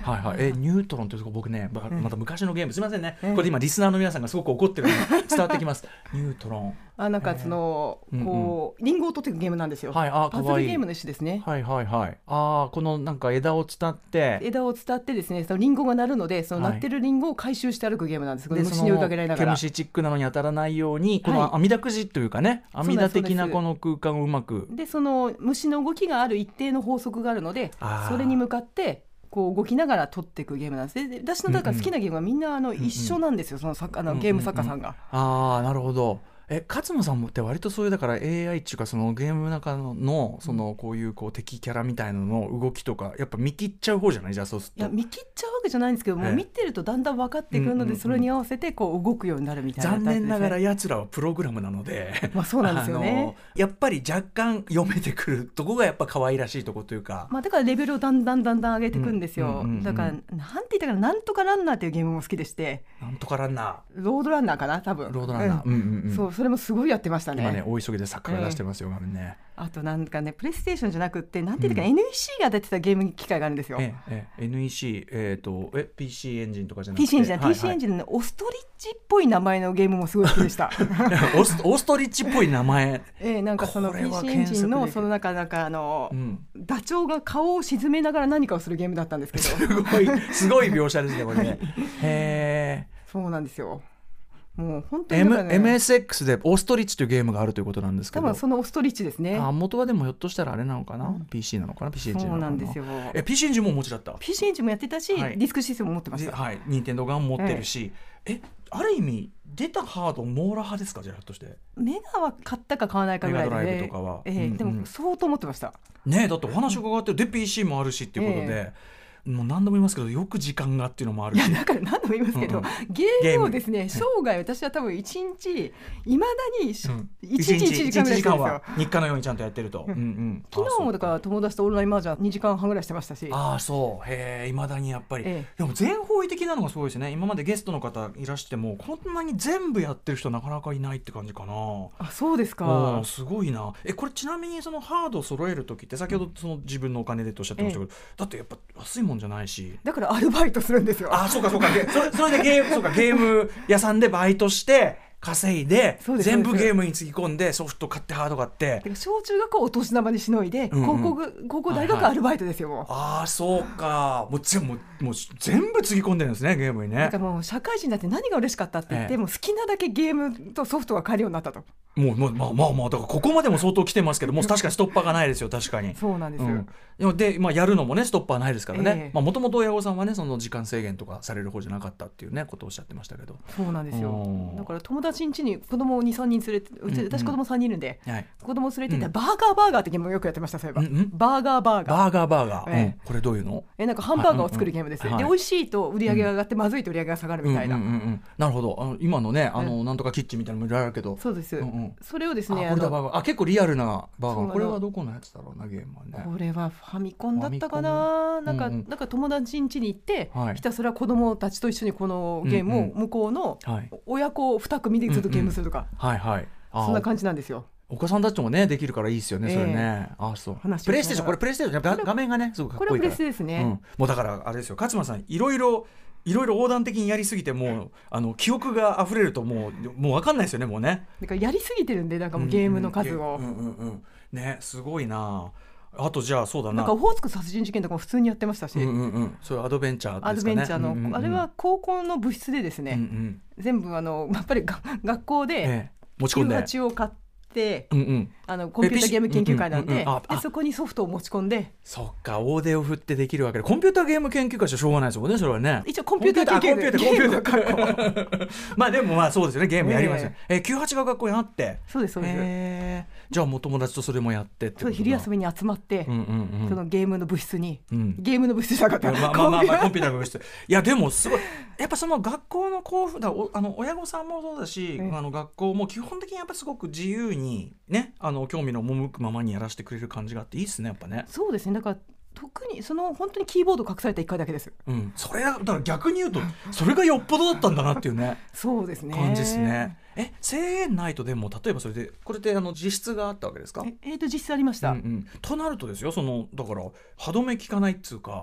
Speaker 1: はいはい、えニュートロンっていうとこ僕ね、ままた昔のゲームすみませんね、
Speaker 4: ええ、
Speaker 1: これで今リスナーの皆さんがすごく怒ってるのが伝わってきますニュートロン、
Speaker 4: あなんかその、えー、こう、うんうん、リンゴを取っていくゲームなんですよ。
Speaker 1: はい、あ
Speaker 4: パズルゲームの一種ですね。
Speaker 1: はいはいはい。あこのなんか枝を伝って
Speaker 4: 枝を伝ってですね、そのリンゴが鳴るので、その鳴ってるリンゴを回収して歩くゲームなんです。はい、虫に追いかけられながら、
Speaker 1: 毛虫チックなのに当たらないようにこの網だくじというかね、はい、網だ的なこの空間をうまく
Speaker 4: で、その虫の動きがある一定の法則があるので、それに向かってこう動きながら取っていくゲームなんです。で私のだから好きなゲームはみんなあの一緒なんですよ、その作あのゲーム作家さんが。
Speaker 1: うんうんうん、ああなるほど。え勝間さんもって割とそういうだから エーアイ っていうかそのゲームの中のそのこういうこう敵キャラみたいなのの動きとかやっぱ見切っちゃう方じゃない？じゃあそうすると。
Speaker 4: いや見切っちゃうわけじゃないんですけど、もう見てるとだんだん分かってくるので、それに合わせてこう動くようになるみたいなタイプですね。
Speaker 1: 残念ながらやつらはプログラムなので
Speaker 4: まあそうなんですよね。
Speaker 1: やっぱり若干読めてくるとこがやっぱ可愛らしいとこというか、
Speaker 4: まあ、だからレベルをだんだんだんだん上げていくんですよ、うんうんうんうん、だからなんて言ったかな、なんとかランナーっていうゲームも好きでして、
Speaker 1: なんとかランナー
Speaker 4: ロードランナーかな多分、
Speaker 1: ロードランナー、うんうんうんうん、
Speaker 4: そうそれもすごいやってましたね。
Speaker 1: 今ね大急ぎで作家が出してますよ、画面ね。
Speaker 4: あとなんかねプレイステーションじゃなくってなんていうか、うん、エヌイーシー が出てたゲーム機械があるんですよ。
Speaker 1: えええ エヌイーシー、えー、とえ ピーシー エンジンとかじゃなくて
Speaker 4: ピーシー エンジン、
Speaker 1: はいはい、
Speaker 4: ピーシー エンジンの、ね、オストリッチっぽい名前のゲームもすごい好きでした
Speaker 1: オ, スオーストリッチっぽい名前
Speaker 4: えー、なんかその ピーシー エンジンのその中なんかあの、うん、ダチョウが顔を沈めながら何かをするゲームだったんですけど
Speaker 1: すごいすごい描写ですねこれね、はい、へ
Speaker 4: ーそうなんですよ。もう本当に、ね、
Speaker 1: M、エムエスエックス でオーストリッチというゲームがあるということなんですけど、
Speaker 4: 多分そのオーストリッチですね。
Speaker 1: あ元はでもひょっとしたらあれなのかな、うん、ピーシー なのかな ピーシー エンジンなのかな。
Speaker 4: そうなんですよ。
Speaker 1: え ピーシー エンジンもお持ちだった？
Speaker 4: ピーシー エンジンもやってたし、はい、ディスクシステムも持ってました。
Speaker 1: はい、任天堂側も持ってるし、ええある意味出たハード網羅派ですか？じゃあひょっとして
Speaker 4: メガは買ったか買わないかぐらいで、
Speaker 1: メガドライブとかは、
Speaker 4: えーうんうん、でも相当持ってました
Speaker 1: ね。だってお話伺ってるで ピーシー もあるしっていうことで、えーもう何度も言いますけどよく時間がっていうのもあるし、
Speaker 4: いやだから何度も言いますけど、うんうん、ゲームをですね生涯私は多分いちにちいまだにいちにちいちじかんぐらいしてるんですよ。
Speaker 1: 日課のようにちゃんとやってると、うんうん、
Speaker 4: 昨日もだから友達とオンラインマージャンにじかんはんぐらいしてましたし。
Speaker 1: ああそうへえいまだにやっぱり、ええ、でも全方位的なのがすごいですね。今までゲストの方いらしてもこんなに全部やってる人なかなかいないって感じかな。
Speaker 4: あそうですか。
Speaker 1: すごいな。えこれちなみにそのハードを揃える時って先ほどその自分のお金でとおっしゃってましたけど、ええ、だってやっぱ安いもんじゃないし、
Speaker 4: だからアルバイトするんですよ。
Speaker 1: あそうかそうかそれ、それでゲームそうかゲーム屋さんでバイトして稼いで全部ゲームにつぎ込んでソフト買ってハード買って
Speaker 4: 小中学校お年玉にしのいで、うんうん、高校高校大学アルバイトですよ、はいはい、
Speaker 1: もうああそうかもう全部もう全部つぎ込んでるんですねゲームにね。
Speaker 4: なんかもう社会人になって何が嬉しかったって言って、ええ、もう好きなだけゲームとソフトが買えるようになったと。
Speaker 1: もうまあまあまあだからここまでも相当来てますけどもう確かにストッパーがないですよ確かに。
Speaker 4: そうなんですよ、
Speaker 1: うん、で、まあ、やるのもねストッパーないですからね。もともと親御さんはねその時間制限とかされる方じゃなかったっていうねことをおっしゃってましたけど。
Speaker 4: そうなんですよ。だから友達ん家に子供を にさんにん連れて、うち私子供さんにんいるんで、うんうん、子供を連れていったら、うん、バーガーバーガーってゲームをよくやってました。そういえば、うんうん、バーガーバーガー
Speaker 1: バーガーバーガー、えーうん、これどういうの？
Speaker 4: えなんかハンバーガーを作るゲームです、はいうんうん、で美味しいと売り上げが上がって、うん、まずいと売り上げが下がるみたいな、
Speaker 1: うんうんうんうん、なるほど。あの今のねあの、うん、なんとかキッチンみたいなのもいろいろあるけど
Speaker 4: そうです、うんうん、それをですね
Speaker 1: あこれだバーガーあ結構リアルなバーガー。これはどこのやつだろうなゲームはね。
Speaker 4: これはファミコンだったかな。なんか、うんうん、なんか友達ん家に行って、はい、ひたすら子供たちと一緒にこのゲームを向こうの親子に組でずっとゲームするとか、
Speaker 1: うんうん、はいはい
Speaker 4: そんな感じなんですよ。
Speaker 1: お子さんたちもねできるからいいですよね、えー、それね。あそうプレイステーションこれプレイステーション画面がねすごくかっこいいから
Speaker 4: これプレステですね、うん、
Speaker 1: もうだからあれですよ勝間さんいろいろいろいろ横断的にやりすぎてもうあの記憶が溢れるともうもう分かんないですよねもうね。
Speaker 4: だからやりすぎてるんでなんかもうゲームの数を、
Speaker 1: うんうんうんうん、ねすごいな。あとじゃあそうだな
Speaker 4: なんかオホーツク殺人事件とかも普通にやってましたし、
Speaker 1: うんうんうん、そういうアドベンチャーですかね。
Speaker 4: アドベンチャーの、うんうんうん、あれは高校の部室でですね、うんうん、全部あのやっぱりが学校で、ええ、
Speaker 1: 持ち込んで
Speaker 4: きゅうはちを買ってで
Speaker 1: うんうん、
Speaker 4: あのコンピューターゲーム研究会なんで、うんうんうん、でそこにソフトを持ち込んで
Speaker 1: そっか大手を振ってできるわけでコンピューターゲーム研究会じゃしょうがないですもんねそれはね。
Speaker 4: 一応コンピューター研究会
Speaker 1: コンピューターコンピューターまあでもまあそうですよねゲームやりますよ、えーえー、きゅうはちが学校にあって
Speaker 4: そうですそうです、
Speaker 1: えー、じゃあもう友達とそれもやってって
Speaker 4: そう昼休みに集まって、うんうんうん、そのゲームの部室に、うん、ゲームの部室じゃなかった、
Speaker 1: まあまあまあ、まあ、コンピューターの部室いやでもすごいやっぱその学校の校風だおあの親御さんもそうだし、えー、あの学校も基本的にやっぱすごく自由にねあの興味の赴くままにやらせてくれる感じがあっていいですねやっぱね。
Speaker 4: そうですねだから特にその本当にキーボード隠されたいっかいだけです、
Speaker 1: うん、それだから逆に言うとそれがよっぽどだったんだなっていうね
Speaker 4: そうですね
Speaker 1: 感じですね。え制限ないとでも例えばそれでこれであの実質があったわけですか？
Speaker 4: え、えー、と実質ありました、
Speaker 1: うんうん、となるとですよそのだから歯止め効かないっつうか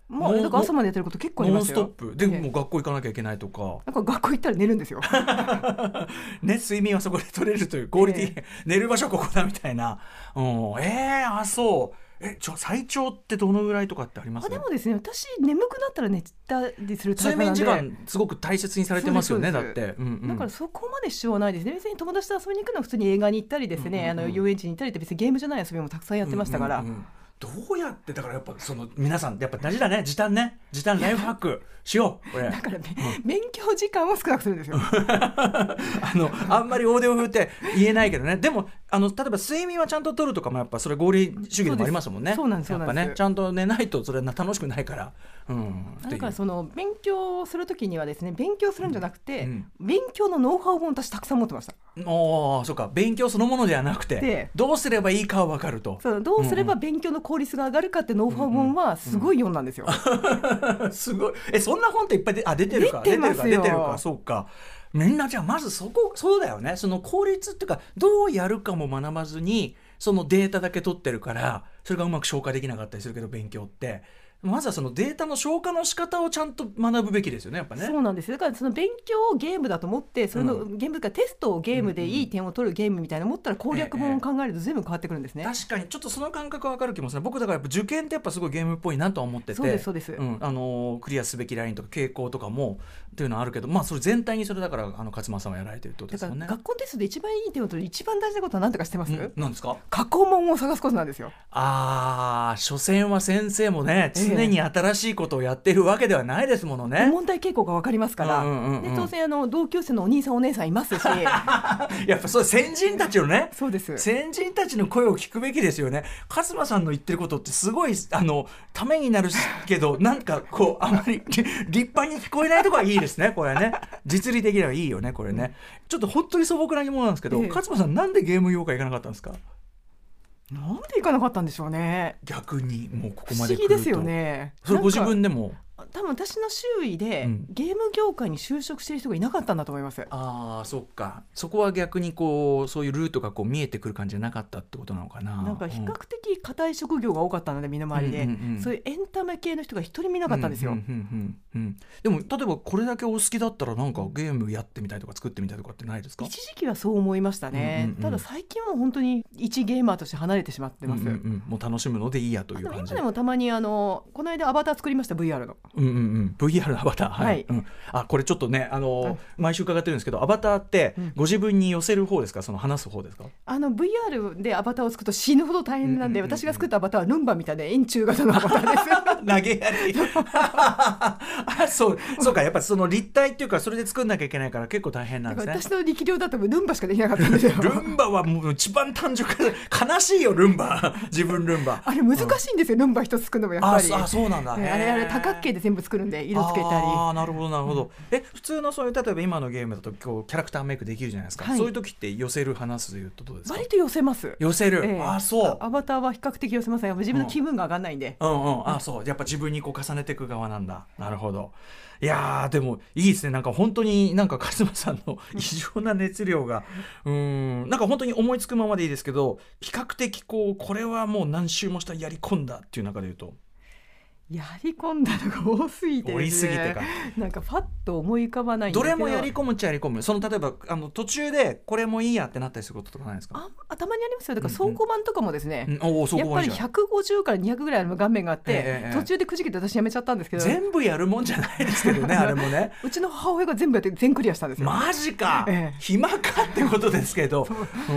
Speaker 4: まあ、だから朝までやってること結構ありますよ。
Speaker 1: ノンストップで、ええ、もう学校行かなきゃいけないとか、
Speaker 4: なんか学校行ったら寝るんですよ
Speaker 1: ね、睡眠はそこで取れるというクオリティ、ええ、寝る場所ここだみたいな、うん、えー、あそうえちょ最長ってどのぐらいとかってあります？
Speaker 4: あでもですね、私眠くなったら寝たりするタイプなんで、
Speaker 1: 睡眠時間すごく大切にされてますよね。だって、うんうん、
Speaker 4: だからそこまで主張はないですね。別に友達と遊びに行くのは普通に映画に行ったりですね、うんうんうん、あの遊園地に行ったりって別にゲームじゃない遊びもたくさんやってましたから、うんうんうん、
Speaker 1: どうやってだからやっぱその皆さんやっぱ大事だね、時短ね、時短ライフハックしようこれ。
Speaker 4: だから、ね、うん、勉強時間を少なくするんですよ
Speaker 1: あのあんまり大手を振って言えないけどね。でもあの例えば睡眠はちゃんと取るとかもやっぱそれ合理主義でもありますもんね。
Speaker 4: そうなんです、やっぱ
Speaker 1: ねちゃんと寝ないとそれは楽しくないから、うん、
Speaker 4: だからその勉強するときにはですね、勉強するんじゃなくて、
Speaker 1: うん、
Speaker 4: 勉強のノウハウ本私たくさん持ってました。
Speaker 1: おー、そうか、勉強そのものではなくてどうすればいいかは分かると。
Speaker 4: そうどうすれば勉強の効率が上がるかってノウハウ本はすごい読んだんですよ、
Speaker 1: うんうん、すごい。えそんな本っていっぱいであ出てるか
Speaker 4: 出てますよ。
Speaker 1: 出てるか出てるか、そうか。みんなじゃあまずそこそうだよね。その効率っていうかどうやるかも学ばずにそのデータだけ取ってるからそれがうまく消化できなかったりするけど、勉強ってまずはそのデータの消化の仕方をちゃんと学ぶべきですよね、やっぱね。
Speaker 4: そうなんですよ。だからその勉強をゲームだと思ってそのゲームかテストをゲームでいい点を取るゲームみたいな思ったら攻略本を考えると全部変わってくるんですね、
Speaker 1: ええ、確かにちょっとその感覚は分かる気もする。僕だからやっぱ受験ってやっぱすごいゲームっぽいなとは思ってて、
Speaker 4: そうですそうです、
Speaker 1: うん、あのクリアすべきラインとか傾向とかもっていうのはあるけど、まあそれ全体にそれだからあの勝間さんはやられてるってことですもんね。
Speaker 4: だから学校テストで一番いい点を取る一番大事なことは何とか知ってます？
Speaker 1: 何ですか？
Speaker 4: 過去問を探すことなんですよ。
Speaker 1: ああ、所詮は先生もね常に新しいことをやっているわけではないですものね、
Speaker 4: ええ、問題傾向が分かりますから、うんうんうん、で当然あの同級生のお兄さんお姉さんいますし
Speaker 1: やっぱそう先人たちのね、
Speaker 4: そうです、
Speaker 1: 先人たちの声を聞くべきですよね。勝間さんの言ってることってすごいあのためになるけどなんかこうあまり立派に聞こえないところはいいですねこれね。実利的にはいいよねこれね、うん、ちょっと本当に素朴な疑問なんですけど、ええ、勝間さんなんでゲーム業界行かなかったんですか？
Speaker 4: なんで行かなかったんでしょうね。
Speaker 1: 逆にもうここまで来ると
Speaker 4: 不思議ですよね。
Speaker 1: それご自分でも
Speaker 4: 多分私の周囲で、うん、ゲーム業界に就職している人がいなかったんだと思います。
Speaker 1: ああ、そっか。そこは逆にこうそういうルートがこう見えてくる感じじゃなかったってことなのかな。
Speaker 4: なんか比較的固い職業が多かったので身の回りで、うんうんうん、そういうエンタメ系の人が一人見なかったんですよ、うんうんうん
Speaker 1: うん、でも例えばこれだけお好きだったらなんかゲームやってみたいとか作ってみたいとかってないですか？
Speaker 4: 一時期はそう思いましたね、うんうんうん、ただ最近は本当に一ゲーマーとして離れてしまってます、うんうんうん、
Speaker 1: もう楽しむのでいいやという感じ。
Speaker 4: 今でもたまにあのこの間アバター作りました ブイアール の、
Speaker 1: うんうんうん、ブイアール のアバター、はい、はい、うん、あこれちょっとねあの、はい、毎週伺ってるんですけどアバターってご自分に寄せる方ですか、その話す方ですか？
Speaker 4: あの ブイアール でアバターを作ると死ぬほど大変なんで、うんうんうんうん、私が作ったアバターはルンバみたいな円柱型のアバターです
Speaker 1: 投げやりあ そう、そうか、やっぱその立体っていうかそれで作んなきゃいけないから結構大変なんですね。
Speaker 4: 私の力量だとルンバしかできなかったんですよ
Speaker 1: ルンバはもう一番単純悲しいよルンバ自分ルンバ
Speaker 4: あれ難しいんですよ、うん、ルンバ一つ作るのもやっぱり。
Speaker 1: ああそうなんだ、
Speaker 4: ね、あれあれ多角形で全部作るんで色つけたり。
Speaker 1: ああなるほどなるほど、うん、え普通のそういう例えば今のゲームだとこうキャラクターメイクできるじゃないですか、はい、そういう時って寄せる話すでいうとどうですか？
Speaker 4: 割と寄せます。
Speaker 1: 寄せる、えー、あそう
Speaker 4: アバターは比較的寄せますね。自分の気分が上がんないんで、
Speaker 1: うんうんうん、あそうやっぱ自分にこう重ねていく側なんだ。なるほど。いやーでもいいですね。なんか本当になんか勝間さんの異常な熱量がうーんなんか本当に思いつくままでいいですけど比較的こうこれはもう何周もしたやり込んだっていう中で言うと
Speaker 4: やり込んだのが多すぎてですね、
Speaker 1: 多いすぎてか
Speaker 4: なんかパッと思い浮かばないんだけど、
Speaker 1: どれもやり込むっちゃやり込む。その例えばあの途中でこれもいいやってなったりすることとかないですか？
Speaker 4: あたまにありますよ。だから倉庫版とかもですね、
Speaker 1: うんうん、お
Speaker 4: やっぱりひゃくごじゅうからにひゃくぐらいの画面があって、えー、途中でくじけて私やめちゃったんですけど、
Speaker 1: 全部やるもんじゃないですけどねあれもね
Speaker 4: うちの母親が全部やって全クリアしたんですよ。
Speaker 1: マジか、
Speaker 4: えー、
Speaker 1: 暇かってことですけど、うん、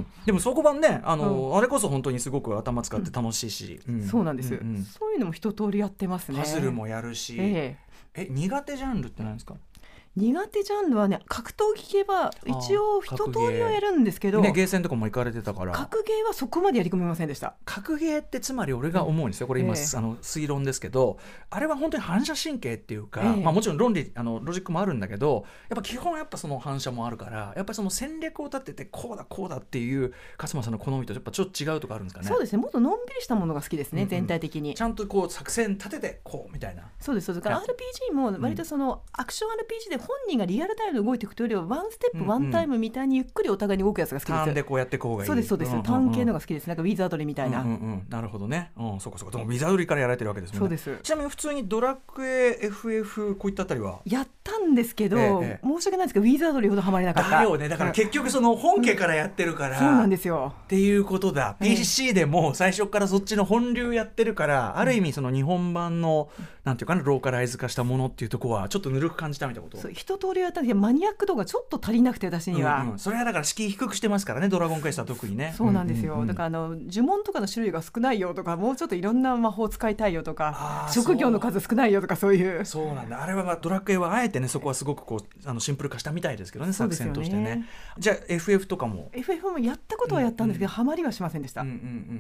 Speaker 1: でも倉庫版ね あの、うん、あれこそ本当にすごく頭使って楽しいし、
Speaker 4: うんうん、そうなんです、うんうん、そういうのも一通りやってますね。
Speaker 1: パズルもやるし、ええ、え苦手ジャンルって何ですか？
Speaker 4: 苦手ジャンルはね格闘技系は一応一通りはやるんですけど、
Speaker 1: ね、ゲーセンとかも行かれてたから
Speaker 4: 格ゲーはそこまでやり込みませんでした。
Speaker 1: 格ゲーってつまり俺が思うんですよ、これ今、えー、あの推論ですけどあれは本当に反射神経っていうか、えーまあ、もちろん論理あのロジックもあるんだけどやっぱ基本やっぱその反射もあるからやっぱりその戦略を立ててこうだこうだっていう勝間さんの好みとやっぱちょっと違うとこあるんですかね。
Speaker 4: そうですね、もっとのんびりしたものが好きですね、うんうん、全体的に
Speaker 1: ちゃんとこう作戦立ててこうみたいな。
Speaker 4: そうですそうです。だから アールピージー も割とそのアクション アールピージー で本人がリアルタイムで動いていくというよりはワンステップワンタイムみたいにゆっくりお互いに動くやつが好きです。
Speaker 1: ターンでこうやっていく方がいい。
Speaker 4: そうですそうです、
Speaker 1: うんうんうん、
Speaker 4: ターン系のが好きです。なんかウィザードリーみたいな、
Speaker 1: うんうんうん、なるほどね、うん、そこそこでもウィザードリーからやられてるわけですもんね。
Speaker 4: そうです。
Speaker 1: ちなみに普通にドラクエ エフエフ こういったあたりは
Speaker 4: やったんですけど、
Speaker 1: ええ、
Speaker 4: 申し訳ないですけどウィザードリーほどハマれなかった。
Speaker 1: だよね、だから結局その本家からやってるから、
Speaker 4: うん、そうなんですよ
Speaker 1: っていうことだ。 ピーシー でも最初からそっちの本流やってるから、うん、ある意味その日本版のなんていうかな、ローカライズ化したものっていうところはちょっとぬるく感じたみたいなこと。
Speaker 4: そう、一通りやったんですけどマニアック度がちょっと足りなくて私には、
Speaker 1: うんうん、それはだから敷居低くしてますからね、ドラゴンクエストは特にね。
Speaker 4: そうなんですよ、
Speaker 1: うんうんうん、
Speaker 4: だからあの呪文とかの種類が少ないよとか、もうちょっといろんな魔法使いたいよとか、職業の数少ないよとか、そういう。
Speaker 1: そうなんだ。あれはまあドラクエはあえてね、そこはすごくこうあのシンプル化したみたいですけどね、作戦としてね。じゃあ エフエフ とかも
Speaker 4: エフエフ もやったことはやったんですけど、うんうん、ハマりはしませんでした。
Speaker 1: うんうんうん、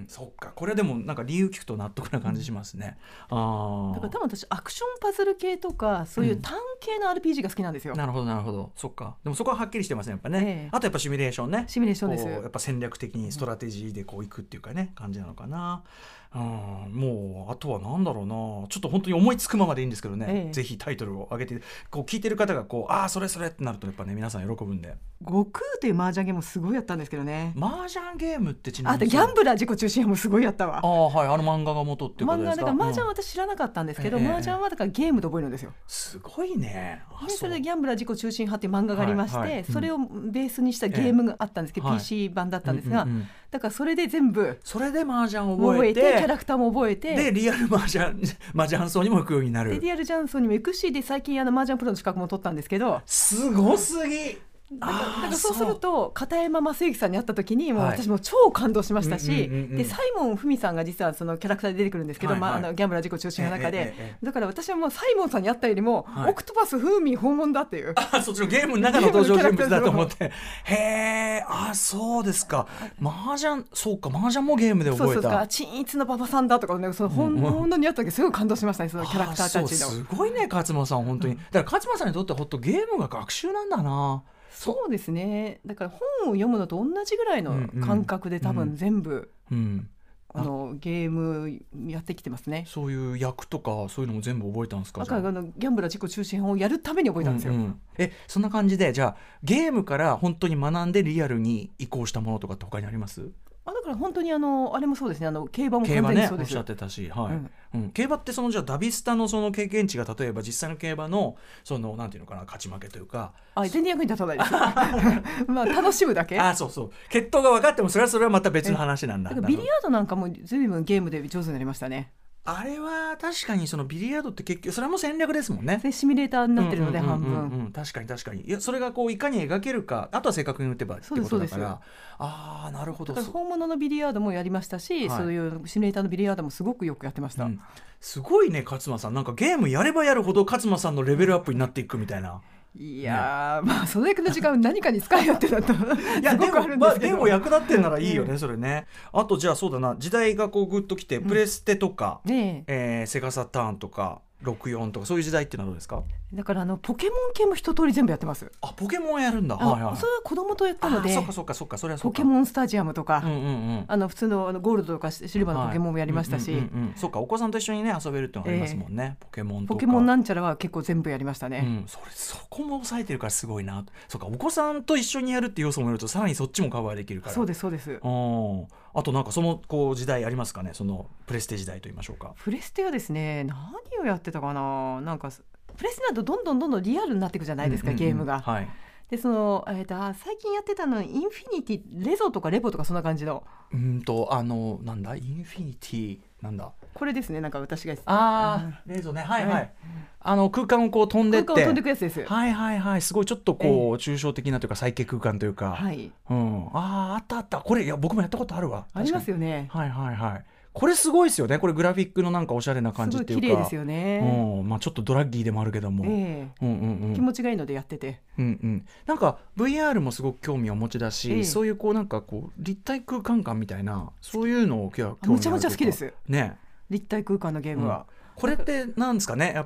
Speaker 1: そっか。これでもなんか理由聞くと納得な感じしますね、うん、あ
Speaker 4: だから多分私アクションパズル系とかそういうターン系の アールピージー が好きなんですよ、
Speaker 1: うん、なるほどなるほど。そっか。でもそこははっきりしてますねやっぱね、ええ、あとやっぱシミュレーションね。
Speaker 4: シミュレーションです。
Speaker 1: やっぱ戦略的にストラテジーでこういくっていうかね、感じなのかな。うん、もうあとはなんだろうな、ちょっと本当に思いつくままでいいんですけどね、ええ、ぜひタイトルを上げてこう聞いてる方がこう、ああそれそれってなるとやっぱね皆さん喜ぶんで。
Speaker 4: 悟空という麻雀ゲームもすごいやったんですけどね。
Speaker 1: 麻雀ゲームってちなみに
Speaker 4: あとギャンブラー自己中心派もすごいやったわ。
Speaker 1: ああ、はい、あの漫画が元っていうことですか。
Speaker 4: 漫画だから麻雀は私知らなかったんですけど、うん、麻雀はだからゲームで覚えるんですよ。
Speaker 1: すごいね。
Speaker 4: でそれでギャンブラー自己中心派っていう漫画がありまして、はいはい、それをベースにしたゲームがあったんですけど、ええ、ピーシー 版だったんですが、はい、うんうんうん、だからそれで全部
Speaker 1: それで麻雀を覚えて、
Speaker 4: 覚えてキャラクターも覚えて、
Speaker 1: でリアル麻雀麻雀荘にも行くようになる。
Speaker 4: でリアル雀荘にも行くし、で最近あの麻雀プロの資格も取ったんですけど、
Speaker 1: すごすぎ。
Speaker 4: だからだからそうすると片山正幸さんに会った時にもう私も超感動しましたし、はい、うんうんうんうん、でサイモン文さんが実はそのキャラクターで出てくるんですけど、はいはい、まあ、あのギャンブラー自己中心の中で、ええええ、だから私はもうサイモンさんに会ったよりも、はい、オクトパス風味訪問だっていう、
Speaker 1: あ、そっちのゲームの中の登場人物だと思ってへえ、あ、そうですか。麻雀、そうか、麻雀もゲームで覚えた。そうそうか、
Speaker 4: 鎮一の馬場さんだとか、ね、その本当に会った時すごい感動しましたね、そのキャラクターたちの。
Speaker 1: すごいね勝間さん本当に、うん、だから勝間さんにとってはほんとゲームが学習なんだな。
Speaker 4: そうですね。だから本を読むのと同じぐらいの感覚で多分全部、うんうん、あのゲームやってきてますね。
Speaker 1: そういう役とかそういうのも全部覚えたんですか。
Speaker 4: だからあのギャンブラー自己中心をやるために覚えたんですよ、うんうん、
Speaker 1: えそんな感じでじゃあゲームから本当に学んでリアルに移行したものとかって他にあります？
Speaker 4: あ、だから本当にあのあれもそうですね、あの競馬も完全にそうです。
Speaker 1: 競馬ね、おっしゃってたし、はい、うんうん、競馬ってそのじゃあダビスタのその経験値が例えば実際の競馬のそのなんていうのかな、勝ち負けというか、
Speaker 4: あ、全然役に立たないですまあ楽しむだけ。
Speaker 1: あ、そうそう、血統が分かってもそれはそれはまた別の話なんだ。
Speaker 4: だからビリヤードなんかも随分ゲームで上手になりましたね。
Speaker 1: あれは確かにそのビリヤードって結局それも戦略ですもんね。
Speaker 4: シミュレーターになってるので半分、
Speaker 1: うんうんうんうん、確かに確かに。いやそれがこういかに描けるか、あとは正確に打てばってことだから。ああ、なるほど。
Speaker 4: だから本物のビリヤードもやりましたし、はい、そういうシミュレーターのビリヤードもすごくよくやってました、うん、
Speaker 1: すごいね勝間さん。なんかゲームやればやるほど勝間さんのレベルアップになっていくみたいな。
Speaker 4: いやー、ね、まあそれだけの時間何かに使いよってだといやすごくあるんですけど、
Speaker 1: でも、まあ、でも役立ってんならいいよね、それね。あとじゃあそうだな、時代がこうグッときて、プレステとか、うん、ねえー、セガサターンとかろくじゅうよんとかそういう時代ってのはどうですか？
Speaker 4: だからあのポケモン系も一通り全部やってます。
Speaker 1: あ、ポケモンやるんだ。はいはい、
Speaker 4: それは子供とやったので。
Speaker 1: あ、そっかそっかそっか、それはそうか。
Speaker 4: ポケモンスタジアムとか、
Speaker 1: うんうんうん、
Speaker 4: あの普通 の, あのゴールドとかシルバーのポケモンもやりましたし、はい、うんうんうん、
Speaker 1: そっか、お子さんと一緒にね遊べるってのがありますもんね、えー、ポケモンとか
Speaker 4: ポケモンなんちゃらは結構全部やりましたね、
Speaker 1: うん、それそこも抑えてるからすごいな。そっか、お子さんと一緒にやるっていう要素もいるとさらにそっちもカバーできるから。
Speaker 4: そうですそうです。
Speaker 1: あとなんかそのこう時代ありますかね、そのプレステ時代と言いましょうか。
Speaker 4: プレステはですね、何をやってたかな。なんかプレステだとどんどんどんどんリアルになっていくじゃないですか、うんうんうん、ゲームが、はい、でその、えー、と最近やってたのインフィニティレゾとかレボとかそんな感じの、
Speaker 1: うんとあのなんだインフィニティなんだ
Speaker 4: これですね、なんか私が
Speaker 1: ああ、レゾね、はいはい、はい、あの空間をこう飛んでって
Speaker 4: 空間を飛んでいくやつです。
Speaker 1: はいはいはい、すごいちょっとこう、えー、抽象的なというかサイケ空間というか、はい、うん、あああったあった、これいや僕もやったことあるわ。
Speaker 4: ありますよね。
Speaker 1: はいはいはい、これすごいですよね。これグラフィックのなんかおしゃれな感じっていうか、
Speaker 4: すごい綺麗ですよね、
Speaker 1: うん、まあ、ちょっとドラッギーでもあるけども、
Speaker 4: えーうんうんうん、気持ちがいいのでやってて、
Speaker 1: うんうん、なんか ブイアール もすごく興味をお持ちだし、えー、そういうこうなんかこう立体空間感みたいなそういうのを興味あるというか、
Speaker 4: めちゃめちゃ好きです、
Speaker 1: ね、
Speaker 4: 立体空間のゲームは、
Speaker 1: うん、これってなんですかね、やっぱ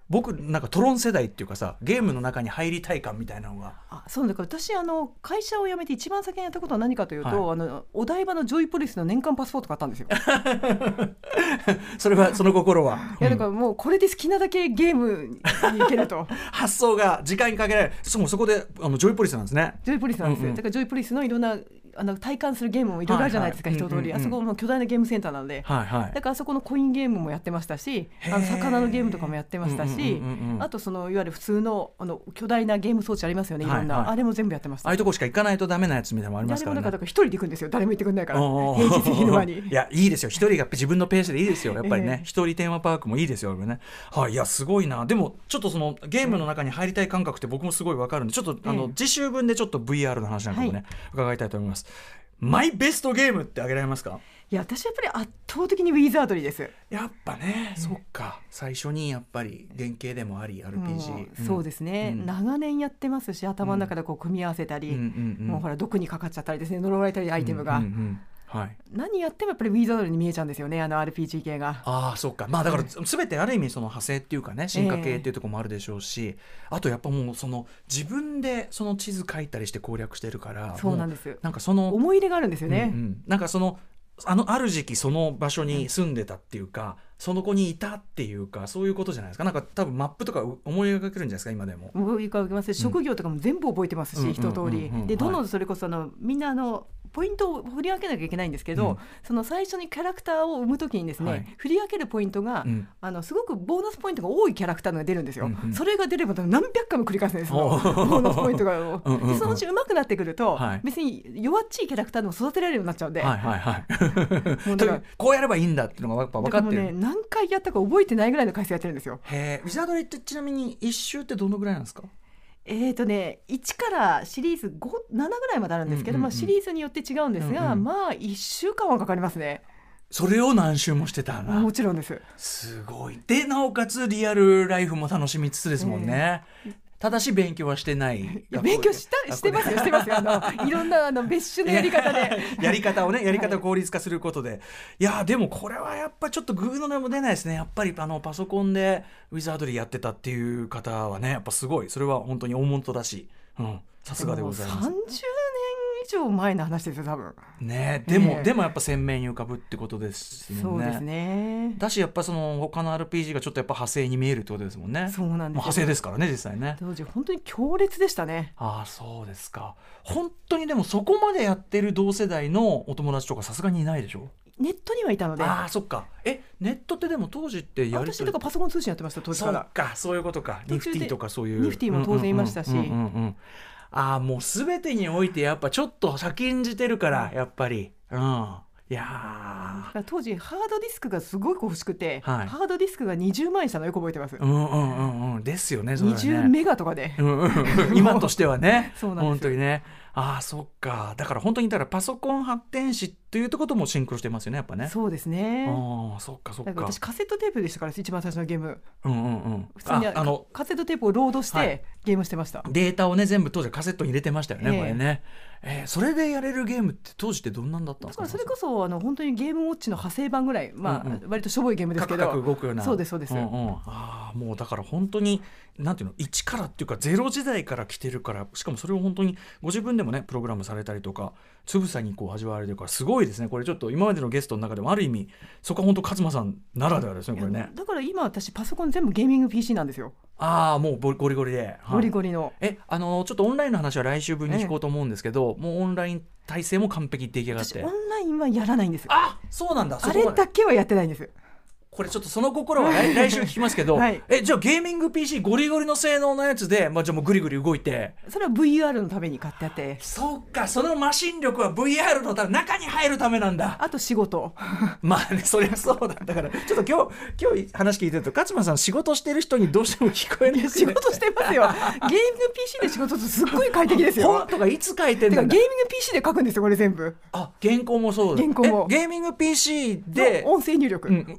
Speaker 1: 僕なんかトロン世代っていうかさ、ゲームの中に入りたい感みたいなのが。
Speaker 4: あ、そうだから私あの会社を辞めて一番先にやったことは何かというと、
Speaker 1: はい、
Speaker 4: あのお台場のジョイポリスの年間パスポート買ったんですよ
Speaker 1: それはその心は
Speaker 4: いやだからもうこれで好きなだけゲームに行けると
Speaker 1: 発想が時間にかけられる。そもそこであのジョイポリスなんですね。
Speaker 4: ジョイポリスなんですよ、
Speaker 1: うんうん、
Speaker 4: だからジョイポリスのいろんなあの体感するゲームもいろいろあるじゃないですか、はいはい、一通り、うんうんうん、あそこも巨大なゲームセンターなので、はいはい、だからあそこのコインゲームもやってましたし、あの魚のゲームとかもやってましたし、うんうんうんうん、あとそのいわゆる普通 の, あの巨大なゲーム装置ありますよね、いろんな、はいはい、あれも全部やってました。
Speaker 1: ああいうとこしか行かないとダメなやつみたいなのもありますからね。
Speaker 4: だから一人で行くんですよ、誰も行ってくんないから平日昼間に。
Speaker 1: いやいいですよ、一人が自分のペースでいいですよやっぱりね、一、えー、人テーマパークもいいですよね、はい、いやすごいな。でもちょっとそのゲームの中に入りたい感覚って僕もすごい分かるんで、ちょっとあの、えー、次週分でちょっと ブイアール の話なんかもね、はい、伺いたいと思います。マイベストゲームって挙げられますか？
Speaker 4: いや私やっぱり圧倒的にウィザードリーです。
Speaker 1: やっぱね、うん、そっか、最初にやっぱり原型でもあり アールピージー、
Speaker 4: うん、そうですね、うん、長年やってますし、頭の中でこう組み合わせたり、うんうんうん、もうほら毒にかかっちゃったりですね、呪われたりアイテムが、うんうんうん、はい、何やってもやっぱりウィザードリーに見えちゃうんですよね、あの アールピージー 系が。
Speaker 1: ああ、そうか、まあだから全てある意味その派生っていうかね、進化系っていうところもあるでしょうし、えー、あとやっぱもうその自分でその地図書いたりして攻略してるから、
Speaker 4: そうなんです、
Speaker 1: なんかその
Speaker 4: 思い入れがあるんですよね、
Speaker 1: うんうん、なんかそのあのある時期その場所に住んでたっていうか、その子にいたっていうか、そういうことじゃないですか。なんか多分マップとか思い描けるんじゃないですか、今でも。
Speaker 4: 思い描けます、職業とかも全部覚えてますし、うん、一通りで、どんどんそれこそあのみんなあのポイントを振り分けなきゃいけないんですけど、うん、その最初にキャラクターを生むときにですね、はい、振り分けるポイントが、うん、あのすごくボーナスポイントが多いキャラクターが出るんですよ、うんうん、それが出れば何百回も繰り返すんですよ、ボーナスポイントがうんうん、うん、でそのうち上手くなってくると、はい、別に弱っちいキャラクターでも育てられるようになっちゃうんで、はいはいはいもうだから
Speaker 1: こうやればいいんだっていうのがやっぱ分かってる。
Speaker 4: ね、何回やったか覚えてないぐらいの回数やってるんですよ。
Speaker 1: へー、ウィザードリーってちなみに一周ってどのぐらいなんですか？
Speaker 4: えーとね、いちからシリーズご、ななぐらいまであるんですけど、うんうんうん、まあ、シリーズによって違うんですが、うんうん、まあいっしゅうかんはかかりますね。
Speaker 1: それを何周もしてたな。
Speaker 4: もちろんです。
Speaker 1: すごい。でなおかつリアルライフも楽しみつつですもんね、えーただし勉強はしてない。い
Speaker 4: や勉強したしてますよしてますよあのいろんなあの別種のやり方で
Speaker 1: やり方をねやり方を効率化することで、はい、いやでもこれはやっぱちょっとグーの音も出ないですね。やっぱりあのパソコンでウィザードリーやってたっていう方はねやっぱすごい、それは本当に大物だし、うん、さすがでございます。
Speaker 4: さんじゅうねん以上前の話ですよ多分
Speaker 1: ね。でも、えー、でもやっぱ鮮明に浮かぶってことですよね。
Speaker 4: そうですね。
Speaker 1: だしやっぱその他の アールピージー がちょっとやっぱ派生に見えるってことですもんね。
Speaker 4: そうなんですよ。
Speaker 1: 派生ですからね実際ね。
Speaker 4: 当時本当に強烈でしたね。
Speaker 1: ああそうですか。本当にでもそこまでやってる同世代のお友達とかさすがにいないでしょ。
Speaker 4: ネットにはいたので。
Speaker 1: ああそっか。えネットってでも当時ってやり
Speaker 4: 私とかパソコン通信やってました当時から。
Speaker 1: そっかそういうことか。ニフティとかそういう
Speaker 4: ニフティも当然いましたし、
Speaker 1: ああもう全てにおいてやっぱちょっと先んじてるからやっぱり、うん、いや
Speaker 4: 当時ハードディスクがすごく欲しくて、はい、ハードディスクがにじゅうまんえんしたのよく覚えてます。
Speaker 1: うんうんうんうん、ですよね。それはね
Speaker 4: にじゅうメガとかで、
Speaker 1: うんうんうん、今としてはね
Speaker 4: そうなんですよ
Speaker 1: 本当にね。ああそっか。だから本当にだからパソコン発展史というところともシンクロしてますよねやっぱね。
Speaker 4: そうですね。
Speaker 1: ああそっかそっか。
Speaker 4: だから私カセットテープでしたから一番最初のゲーム、
Speaker 1: うんうんうん、
Speaker 4: 普通にああのカセットテープをロードして、はい、ゲームしてました。
Speaker 1: データをね全部当時カセットに入れてましたよね、えー、これね、えー、それでやれるゲームって当時ってどんなんだったんですか？
Speaker 4: だからそれこそあの本当にゲームウォッチの派生版ぐらい、まあうんうん、割としょぼいゲームですけど
Speaker 1: カクカク動くような。
Speaker 4: そうですそうです、うんうん、
Speaker 1: あもうだから本当になんていうのいちからっていうかゼロ時代から来てるから、しかもそれを本当にご自分でもねプログラムされたりとかつぶさにこう味わわれるからすごいですね。これちょっと今までのゲストの中でもある意味そこは本当勝間さんならではですねこれね。
Speaker 4: だから今私パソコン全部ゲーミング ピーシー なんですよ。
Speaker 1: ああもうゴリゴリで、はい、
Speaker 4: ゴリゴリの
Speaker 1: えあのちょっとオンラインの話は来週分に聞こうと思うんですけど、ええ、もうオンライン体制も完璧に出来上がって。
Speaker 4: 私オンラインはやらないんです。
Speaker 1: あそうなんだ。
Speaker 4: あれだけはやってないんです。
Speaker 1: これちょっとその心は 来, 来週聞きますけど、はい、えじゃあゲーミング ピーシー ゴリゴリの性能のやつで、まあ、じゃあもうグリグリ動いて、
Speaker 4: それは ブイアール のために買ってあって。
Speaker 1: そっかそのマシン力は ブイアール のため中に入るためなんだ。
Speaker 4: あと仕事
Speaker 1: まあねそりゃそうだ。だからちょっと今日今日話聞いてると勝間さん仕事してる人にどうしても聞こえない。
Speaker 4: 仕事してますよゲーミング ピーシー で仕事するとすっごい快適ですよ。
Speaker 1: 本とかいつ書いてんだ。
Speaker 4: てかゲーミング ピーシー で書くんですよこれ全部。
Speaker 1: あ原稿もそうだ。
Speaker 4: 原稿も
Speaker 1: ゲーミング ピーシー で
Speaker 4: 音声入力、
Speaker 1: うん、あ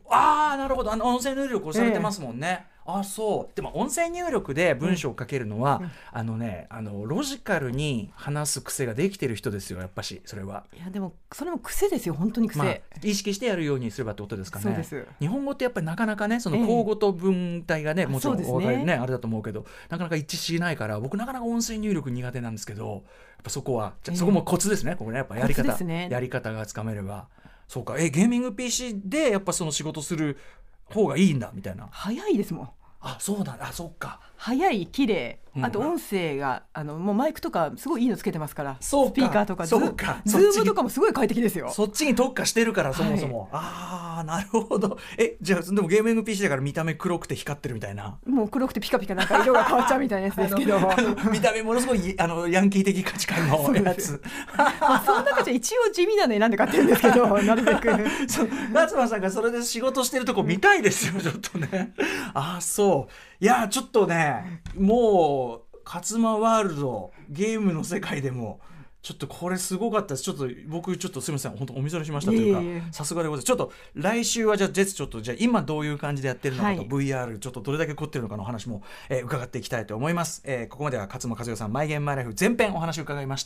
Speaker 1: ああなるほど、あの音声入力をされてますもんね、えー、あそうでも音声入力で文章を書けるのは、うん、あのねあのロジカルに話す癖ができてる人ですよやっぱしそれは。
Speaker 4: いやでもそれも癖ですよ本当に癖、まあ、
Speaker 1: 意識してやるようにすればってことですかね。
Speaker 4: そうです。
Speaker 1: 日本語ってやっぱりなかなかねその口語と文体がね、えー、もちろんお分かり ね, ねあれだと思うけどなかなか一致しないから僕なかなか音声入力苦手なんですけどやっぱそこは、えー、そこもコツですねここねやっぱやり方、ね、やり方がつかめれば。そうかえゲーミング ピーシー でやっぱその仕事する方がいいんだみたいな。
Speaker 4: 早いですもん。
Speaker 1: あそうだあそうか
Speaker 4: 早い綺麗あと音声が、うん、あのもうマイクとかすごいいいのつけてますからスピーカーとかズームとかもすごい快適ですよ。
Speaker 1: そっちに特化してるからそもそも、はい、ああなるほど。えじゃあでもゲーミング ピーシー だから見た目黒くて光ってるみたいな。
Speaker 4: もう黒くてピカピカなんか色が変わっちゃうみたいなやつですけど
Speaker 1: 見た目ものすごいあのヤンキー的価値観のやつ
Speaker 4: まあその中じゃ一応地味なの選んで買ってるんですけどなるべく
Speaker 1: 夏間さんがそれで仕事してるとこ見たいですよちょっとねあそういやちょっとねもう勝間ワールドゲームの世界でもちょっとこれすごかったです。ちょっと僕ちょっとすみません本当お見それしましたというかさすがでございます。ちょっと来週はじゃあジェツちょっとじゃあ今どういう感じでやってるのかと、はい、ブイアール ちょっとどれだけ凝ってるのかの話も、えー、伺っていきたいと思います、えー、ここまでは勝間和代さんマイゲームマイライフ前編お話を伺いました。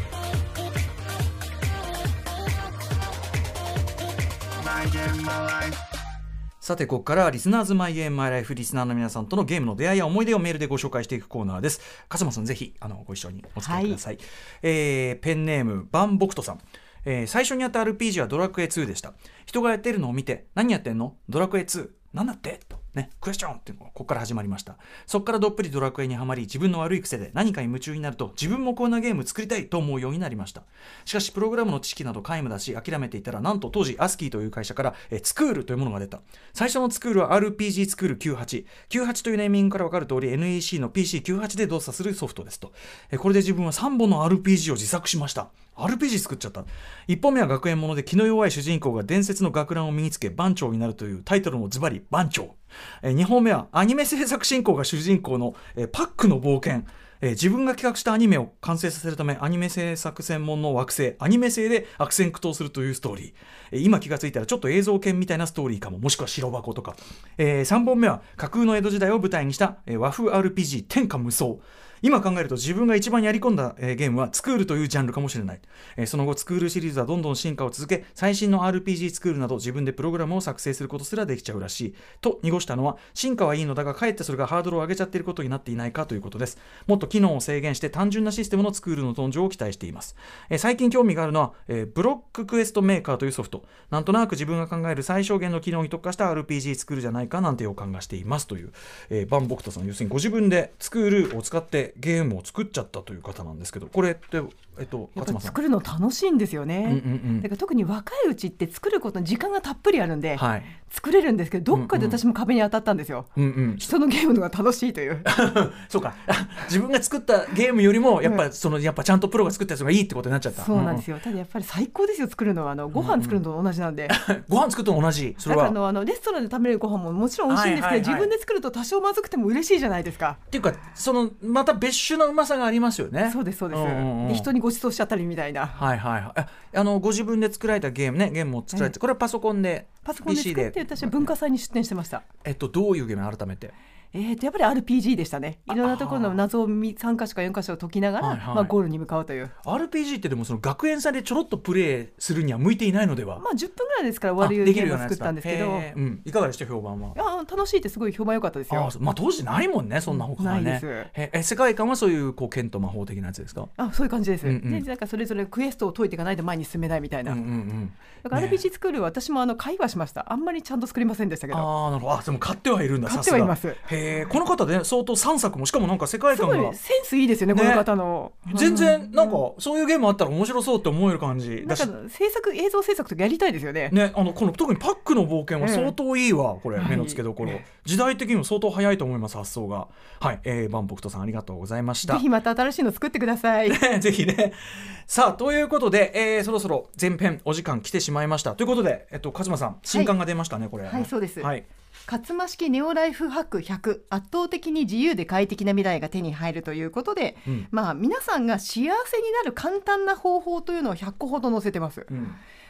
Speaker 1: さてここからはリスナーズマイゲームマイライフリスナーの皆さんとのゲームの出会いや思い出をメールでご紹介していくコーナーです。勝間さんぜひあのご一緒にお付き合いください、はいえー、ペンネームバンボクトさん、えー、最初にやった アールピージー はドラクエツーでした。人がやってるのを見て何やってんのドラクエツーなんだってとね、クエスチョンっていうのがここから始まりました。そこからどっぷりドラクエにはまり自分の悪い癖で何かに夢中になると自分もこんなゲーム作りたいと思うようになりました。しかしプログラムの知識など皆無だし諦めていたらなんと当時アスキーという会社からえツクールというものが出た。最初のツクールは アールピージー ツクールきゅうじゅうはち きゅうじゅうはちというネーミングから分かる通り エヌイーシー の ピーシーきゅうじゅうはち で動作するソフトですと。えこれで自分はさんぼんの アールピージー を自作しました。アールピージー 作っちゃった。いっぽんめは学園もので気の弱い主人公が伝説の学ランを身につけ番長になるというタイトルもズバリ番長。えにほんめはアニメ制作進行が主人公のえパックの冒険。え自分が企画したアニメを完成させるためアニメ制作専門の惑星アニメ星で悪戦苦闘するというストーリー。え今気がついたらちょっと映像犬みたいなストーリーかも、もしくは白箱とか。えー、さんぼんめは架空の江戸時代を舞台にした、え和風 アールピージー 天下無双。今考えると自分が一番やり込んだ、えー、ゲームはツクールというジャンルかもしれない、えー、その後ツクールシリーズはどんどん進化を続け最新の アールピージー ツクールなど自分でプログラムを作成することすらできちゃうらしいと濁したのは進化はいいのだがかえってそれがハードルを上げちゃっていることになっていないかということです。もっと機能を制限して単純なシステムのツクールの登場を期待しています、えー、最近興味があるのは、えー、ブロッククエストメーカーというソフト。なんとなく自分が考える最小限の機能に特化した アールピージー ツクールじゃないかなんて予感がしていますという、えー、バンボクトさん要するにご自分でツクールを使ってゲームを作ってちゃったという方なんですけどこれって、えっと、
Speaker 4: やっぱり作るの楽しいんですよね、うんうんうん、だから特に若いうちって作ることに時間がたっぷりあるんで、はい、作れるんですけどどっかで私も壁に当たったんですよ、うんうん、人のゲームのが楽しいという
Speaker 1: そうか自分が作ったゲームよりもやっぱ、うん、そのやっぱちゃんとプロが作ったやつがいいってことになっちゃった。
Speaker 4: そうなんですよ、うんうん、ただやっぱり最高ですよ作るのはあのご飯作るのと同じなんで、
Speaker 1: うんうん、ご飯作るのと同じそれは
Speaker 4: だからあのあのレストランで食べるご飯ももちろん美味しいんですけど、はいはいはい、自分で作ると多少まずくても嬉しいじゃないですか。
Speaker 1: っていうかそのまた別種のうまさがありますよね。
Speaker 4: そうですそうです、うんうんうん、で人にご馳走しちゃったりみたいな、
Speaker 1: はいはいはい、あのご自分で作られたゲームねゲームを作られて、これはパソコンで
Speaker 4: パソコンで作って私は文化祭に出展してました。
Speaker 1: えっとどういうゲーム改めて
Speaker 4: えー、とやっぱり アールピージー でしたね。いろんなところの謎をさんか所かよんか所解きながら、はいはいまあ、ゴールに向かうという。
Speaker 1: アールピージー ってでもその学園祭でちょろっとプレイするには向いていないのでは。
Speaker 4: まあじゅっぷんぐらいですから終わるゲームを作ったんですけど、
Speaker 1: うん、いかがでした評判は。
Speaker 4: いや楽しいってすごい評判良かったですよ。
Speaker 1: あ、まあ、当時ないもんねそんな他はね、
Speaker 4: ないです。
Speaker 1: ええ世界観はそういうこう剣と魔法的なやつですか。
Speaker 4: あそういう感じです、うんうん、でなんかそれぞれクエストを解いていかないと前に進めないみたいな、うんうんうん、だから アールピージー 作る、ね、私もあの会話しました。あんまりちゃんと作りませんでしたけど。
Speaker 1: あなるほど。あでも買ってはいるんだ。
Speaker 4: 買ってはいます。
Speaker 1: へえこの方で、ね、相当さんさくもしかもなんか世界観がすご
Speaker 4: いセンスいいですよ ね, ねこの方の
Speaker 1: 全然なんかそういうゲームあったら面白そうって思える感じだし、
Speaker 4: なんか制作映像制作とかやりたいですよね。
Speaker 1: ねあのこの特にパックの冒険は相当いいわ、えー、これ目の付けどころ、はい、時代的にも相当早いと思います発想が。はい、えー、バンポクトさんありがとうございました。
Speaker 4: ぜひまた新しいの作ってください、
Speaker 1: ね、ぜひね。さあということで、えー、そろそろ前編お時間来てしまいましたということで、えっと、勝間さん新刊が出ましたね、はい、これ
Speaker 4: はいそうです、
Speaker 1: はい、
Speaker 4: 勝間式ネオライフハックひゃく圧倒的に自由で快適な未来が手に入るということで、うんまあ、皆さんが幸せになる簡単な方法というのをひゃっこほど載せてます、うん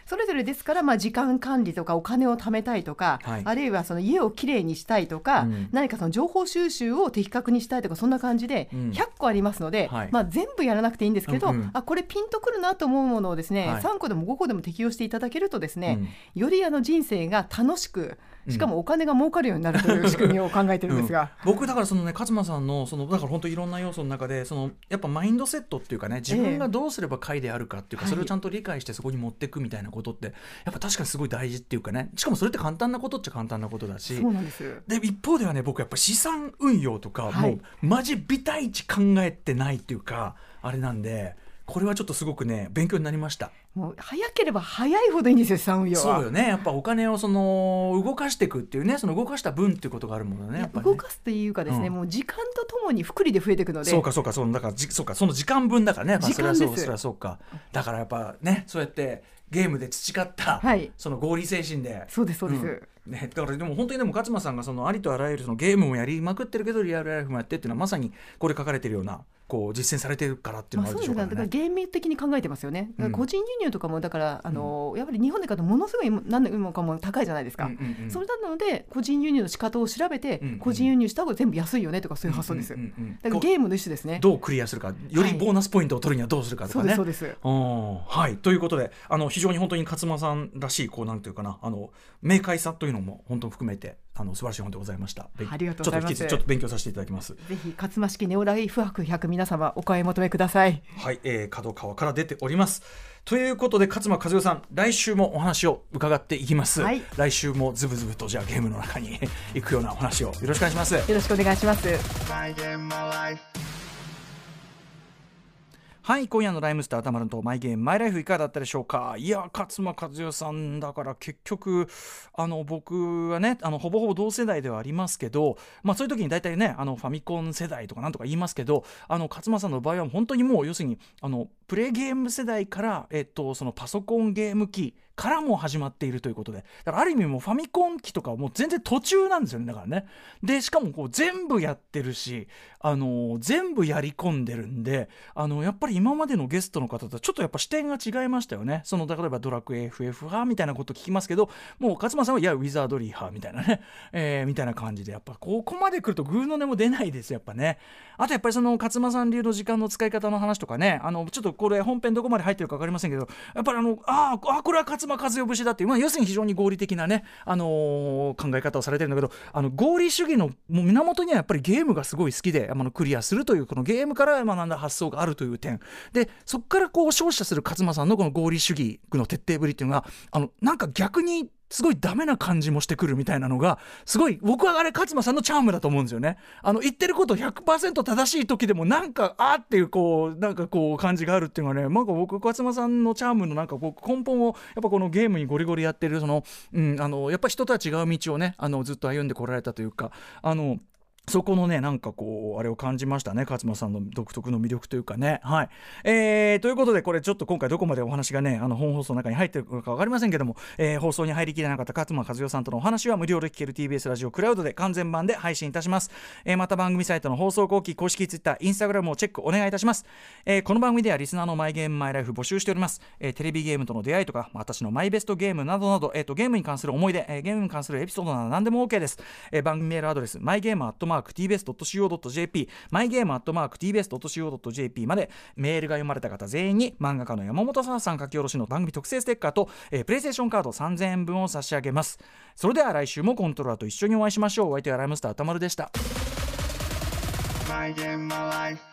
Speaker 4: それぞれですから、まあ、時間管理とかお金を貯めたいとか、はい、あるいはその家をきれいにしたいとか、うん、何かその情報収集を的確にしたいとか、そんな感じでひゃっこありますので、うんはいまあ、全部やらなくていいんですけど、うんうん、あこれピンとくるなと思うものをですね、はい、さんこでもごこでも適用していただけるとですね、うん、よりあの人生が楽しく、しかもお金が儲かるようになるという仕組みを考えてるんですが、
Speaker 1: うん、僕だからそのね勝間さんのそのだから本当いろんな要素の中でそのやっぱマインドセットっていうかね、自分がどうすれば快であるかっていうか、えー、それをちゃんと理解してそこに持っていくみたいなことってやっぱ確かにすごい大事っていうかね、しかもそれって簡単なことっちゃ簡単なことだし、
Speaker 4: そうなんです。
Speaker 1: で一方ではね僕やっぱ資産運用とか、はい、もうマジビタイチ考えてないっていうかあれなんで、これはちょっとすごくね勉強になりました。
Speaker 4: もう早ければ早いほどいいんですよ、資産運用は。
Speaker 1: そうよね、やっぱお金をその動かしていくっていうね、その動かした分っていうことがあるものね、やっぱりね、
Speaker 4: 動かすというかですね、うん、もう時間とともに複利で増えていくので。
Speaker 1: そうかそうか、そうだからそうか、その時間分だからね、
Speaker 4: 時間です。
Speaker 1: それはそう、それはそうか。だからやっぱね、そうやってゲームで培った、はい、その合理精神で、
Speaker 4: そうですそうです、
Speaker 1: うんね、だからでも本当にでも勝間さんがそのありとあらゆるそのゲームもやりまくってるけどリアルライフもやってっていうのはまさにこれ書かれてるようなこう実践されてるからっていうのがあるでしょうからね。
Speaker 4: まあ、そうですね、だからゲーム的に考えてますよね。だから個人輸入とかもだからあの、うん、やっぱり日本で買うとものすごい何年もかも高いじゃないですか、うんうんうん、それなので個人輸入の仕方を調べて、うんうん、個人輸入した方が全部安いよねとかそういう発想です、うんうんうん、だからゲームの一種ですね。
Speaker 1: どうクリアするか、よりボーナスポイントを取るにはどうするかとかね、
Speaker 4: はい、そうですそうです。
Speaker 1: はい、ということであの非常に本当に勝間さんらしいこうなんていうかな、あの明快さというのも本当含めてあの素晴らしい本でございました。
Speaker 4: ありがとうございます。
Speaker 1: ちょっとちょっと勉強させていただきます。
Speaker 4: ぜひ勝間式ネオライフワークひゃく皆様お買い求めください。
Speaker 1: はい、えー、角川から出ております。ということで勝間和代さん、来週もお話を伺っていきます、はい、来週もズブズブとじゃあゲームの中に行くようなお話をよろしくお願いします。
Speaker 4: よろしくお願いします。
Speaker 1: はい、今夜のライムスター歌丸とマイゲームマイライフいかがだったでしょうか。いや勝間和代さんだから結局あの僕はねあのほぼほぼ同世代ではありますけど、まあ、そういう時に大体ねあのファミコン世代とかなんとか言いますけど、あの勝間さんの場合は本当にもう要するにあのプレイゲーム世代から、えっと、そのパソコンゲーム機からも始まっているということで、だからある意味もうファミコン機とかはもう全然途中なんですよね。だからね、でしかもこう全部やってるし、あのー、全部やり込んでるんで、あのー、やっぱり今までのゲストの方とちょっとやっぱ視点が違いましたよね。その例えばドラクエ エフエフ 派みたいなこと聞きますけど、もう勝間さんはいやウィザードリー派みたいなね、えー、みたいな感じでやっぱここまで来るとグーの音も出ないですやっぱね。あとやっぱりその勝間さん流の時間の使い方の話とかね、あのちょっとこれ本編どこまで入ってるか分かりませんけど、やっぱりあのああこれは勝間和代節だっていう、まあ、要するに非常に合理的なね、あのー、考え方をされてるんだけど、あの合理主義のもう源にはやっぱりゲームがすごい好きで、あのクリアするというこのゲームから学んだ発想があるという点で、そこからこう照射する勝間さんのこの合理主義の徹底ぶりっていうのがあのなんか逆にすごいダメな感じもしてくるみたいなのがすごい僕はあれ勝間さんのチャームだと思うんですよね。あの言ってること ひゃくパーセント 正しい時でもなんかあーっていうこうなんかこう感じがあるっていうのがね、なんか僕勝間さんのチャームのなんかこう根本をやっぱこのゲームにゴリゴリやってるその、うん、あのやっぱ人とは違う道をねあのずっと歩んでこられたというか、あのそこのねなんかこうあれを感じましたね、勝間さんの独特の魅力というかね。はい、えー、ということでこれちょっと今回どこまでお話がねあの本放送の中に入ってるか分かりませんけども、えー、放送に入りきれなかった勝間和代さんとのお話は無料で聞ける ティービーエス ラジオクラウドで完全版で配信いたします。えー、また番組サイトの放送後期公式ツイッターインスタグラムをチェックお願いいたします。えー、この番組ではリスナーのマイゲームマイライフ募集しております。えー、テレビゲームとの出会いとか私のマイベストゲームなどなど、えー、とゲームに関する思い出、えー、ゲームに関するエピソードなど何でも OK です。えー、番組メールアドレスマイゲームアットマーク ティービーエスドットシーオードットジェーピー マイゲームアットマーク ティービーエスドットシーオードットジェーピー までメールが読まれた方全員に漫画家の山本沙羅さん書き下ろしの番組特製ステッカーと、えー、プレイステーションカードさんぜんえん分を差し上げます。それでは来週もコントローラーと一緒にお会いしましょう。お相手はライムスター歌丸でした。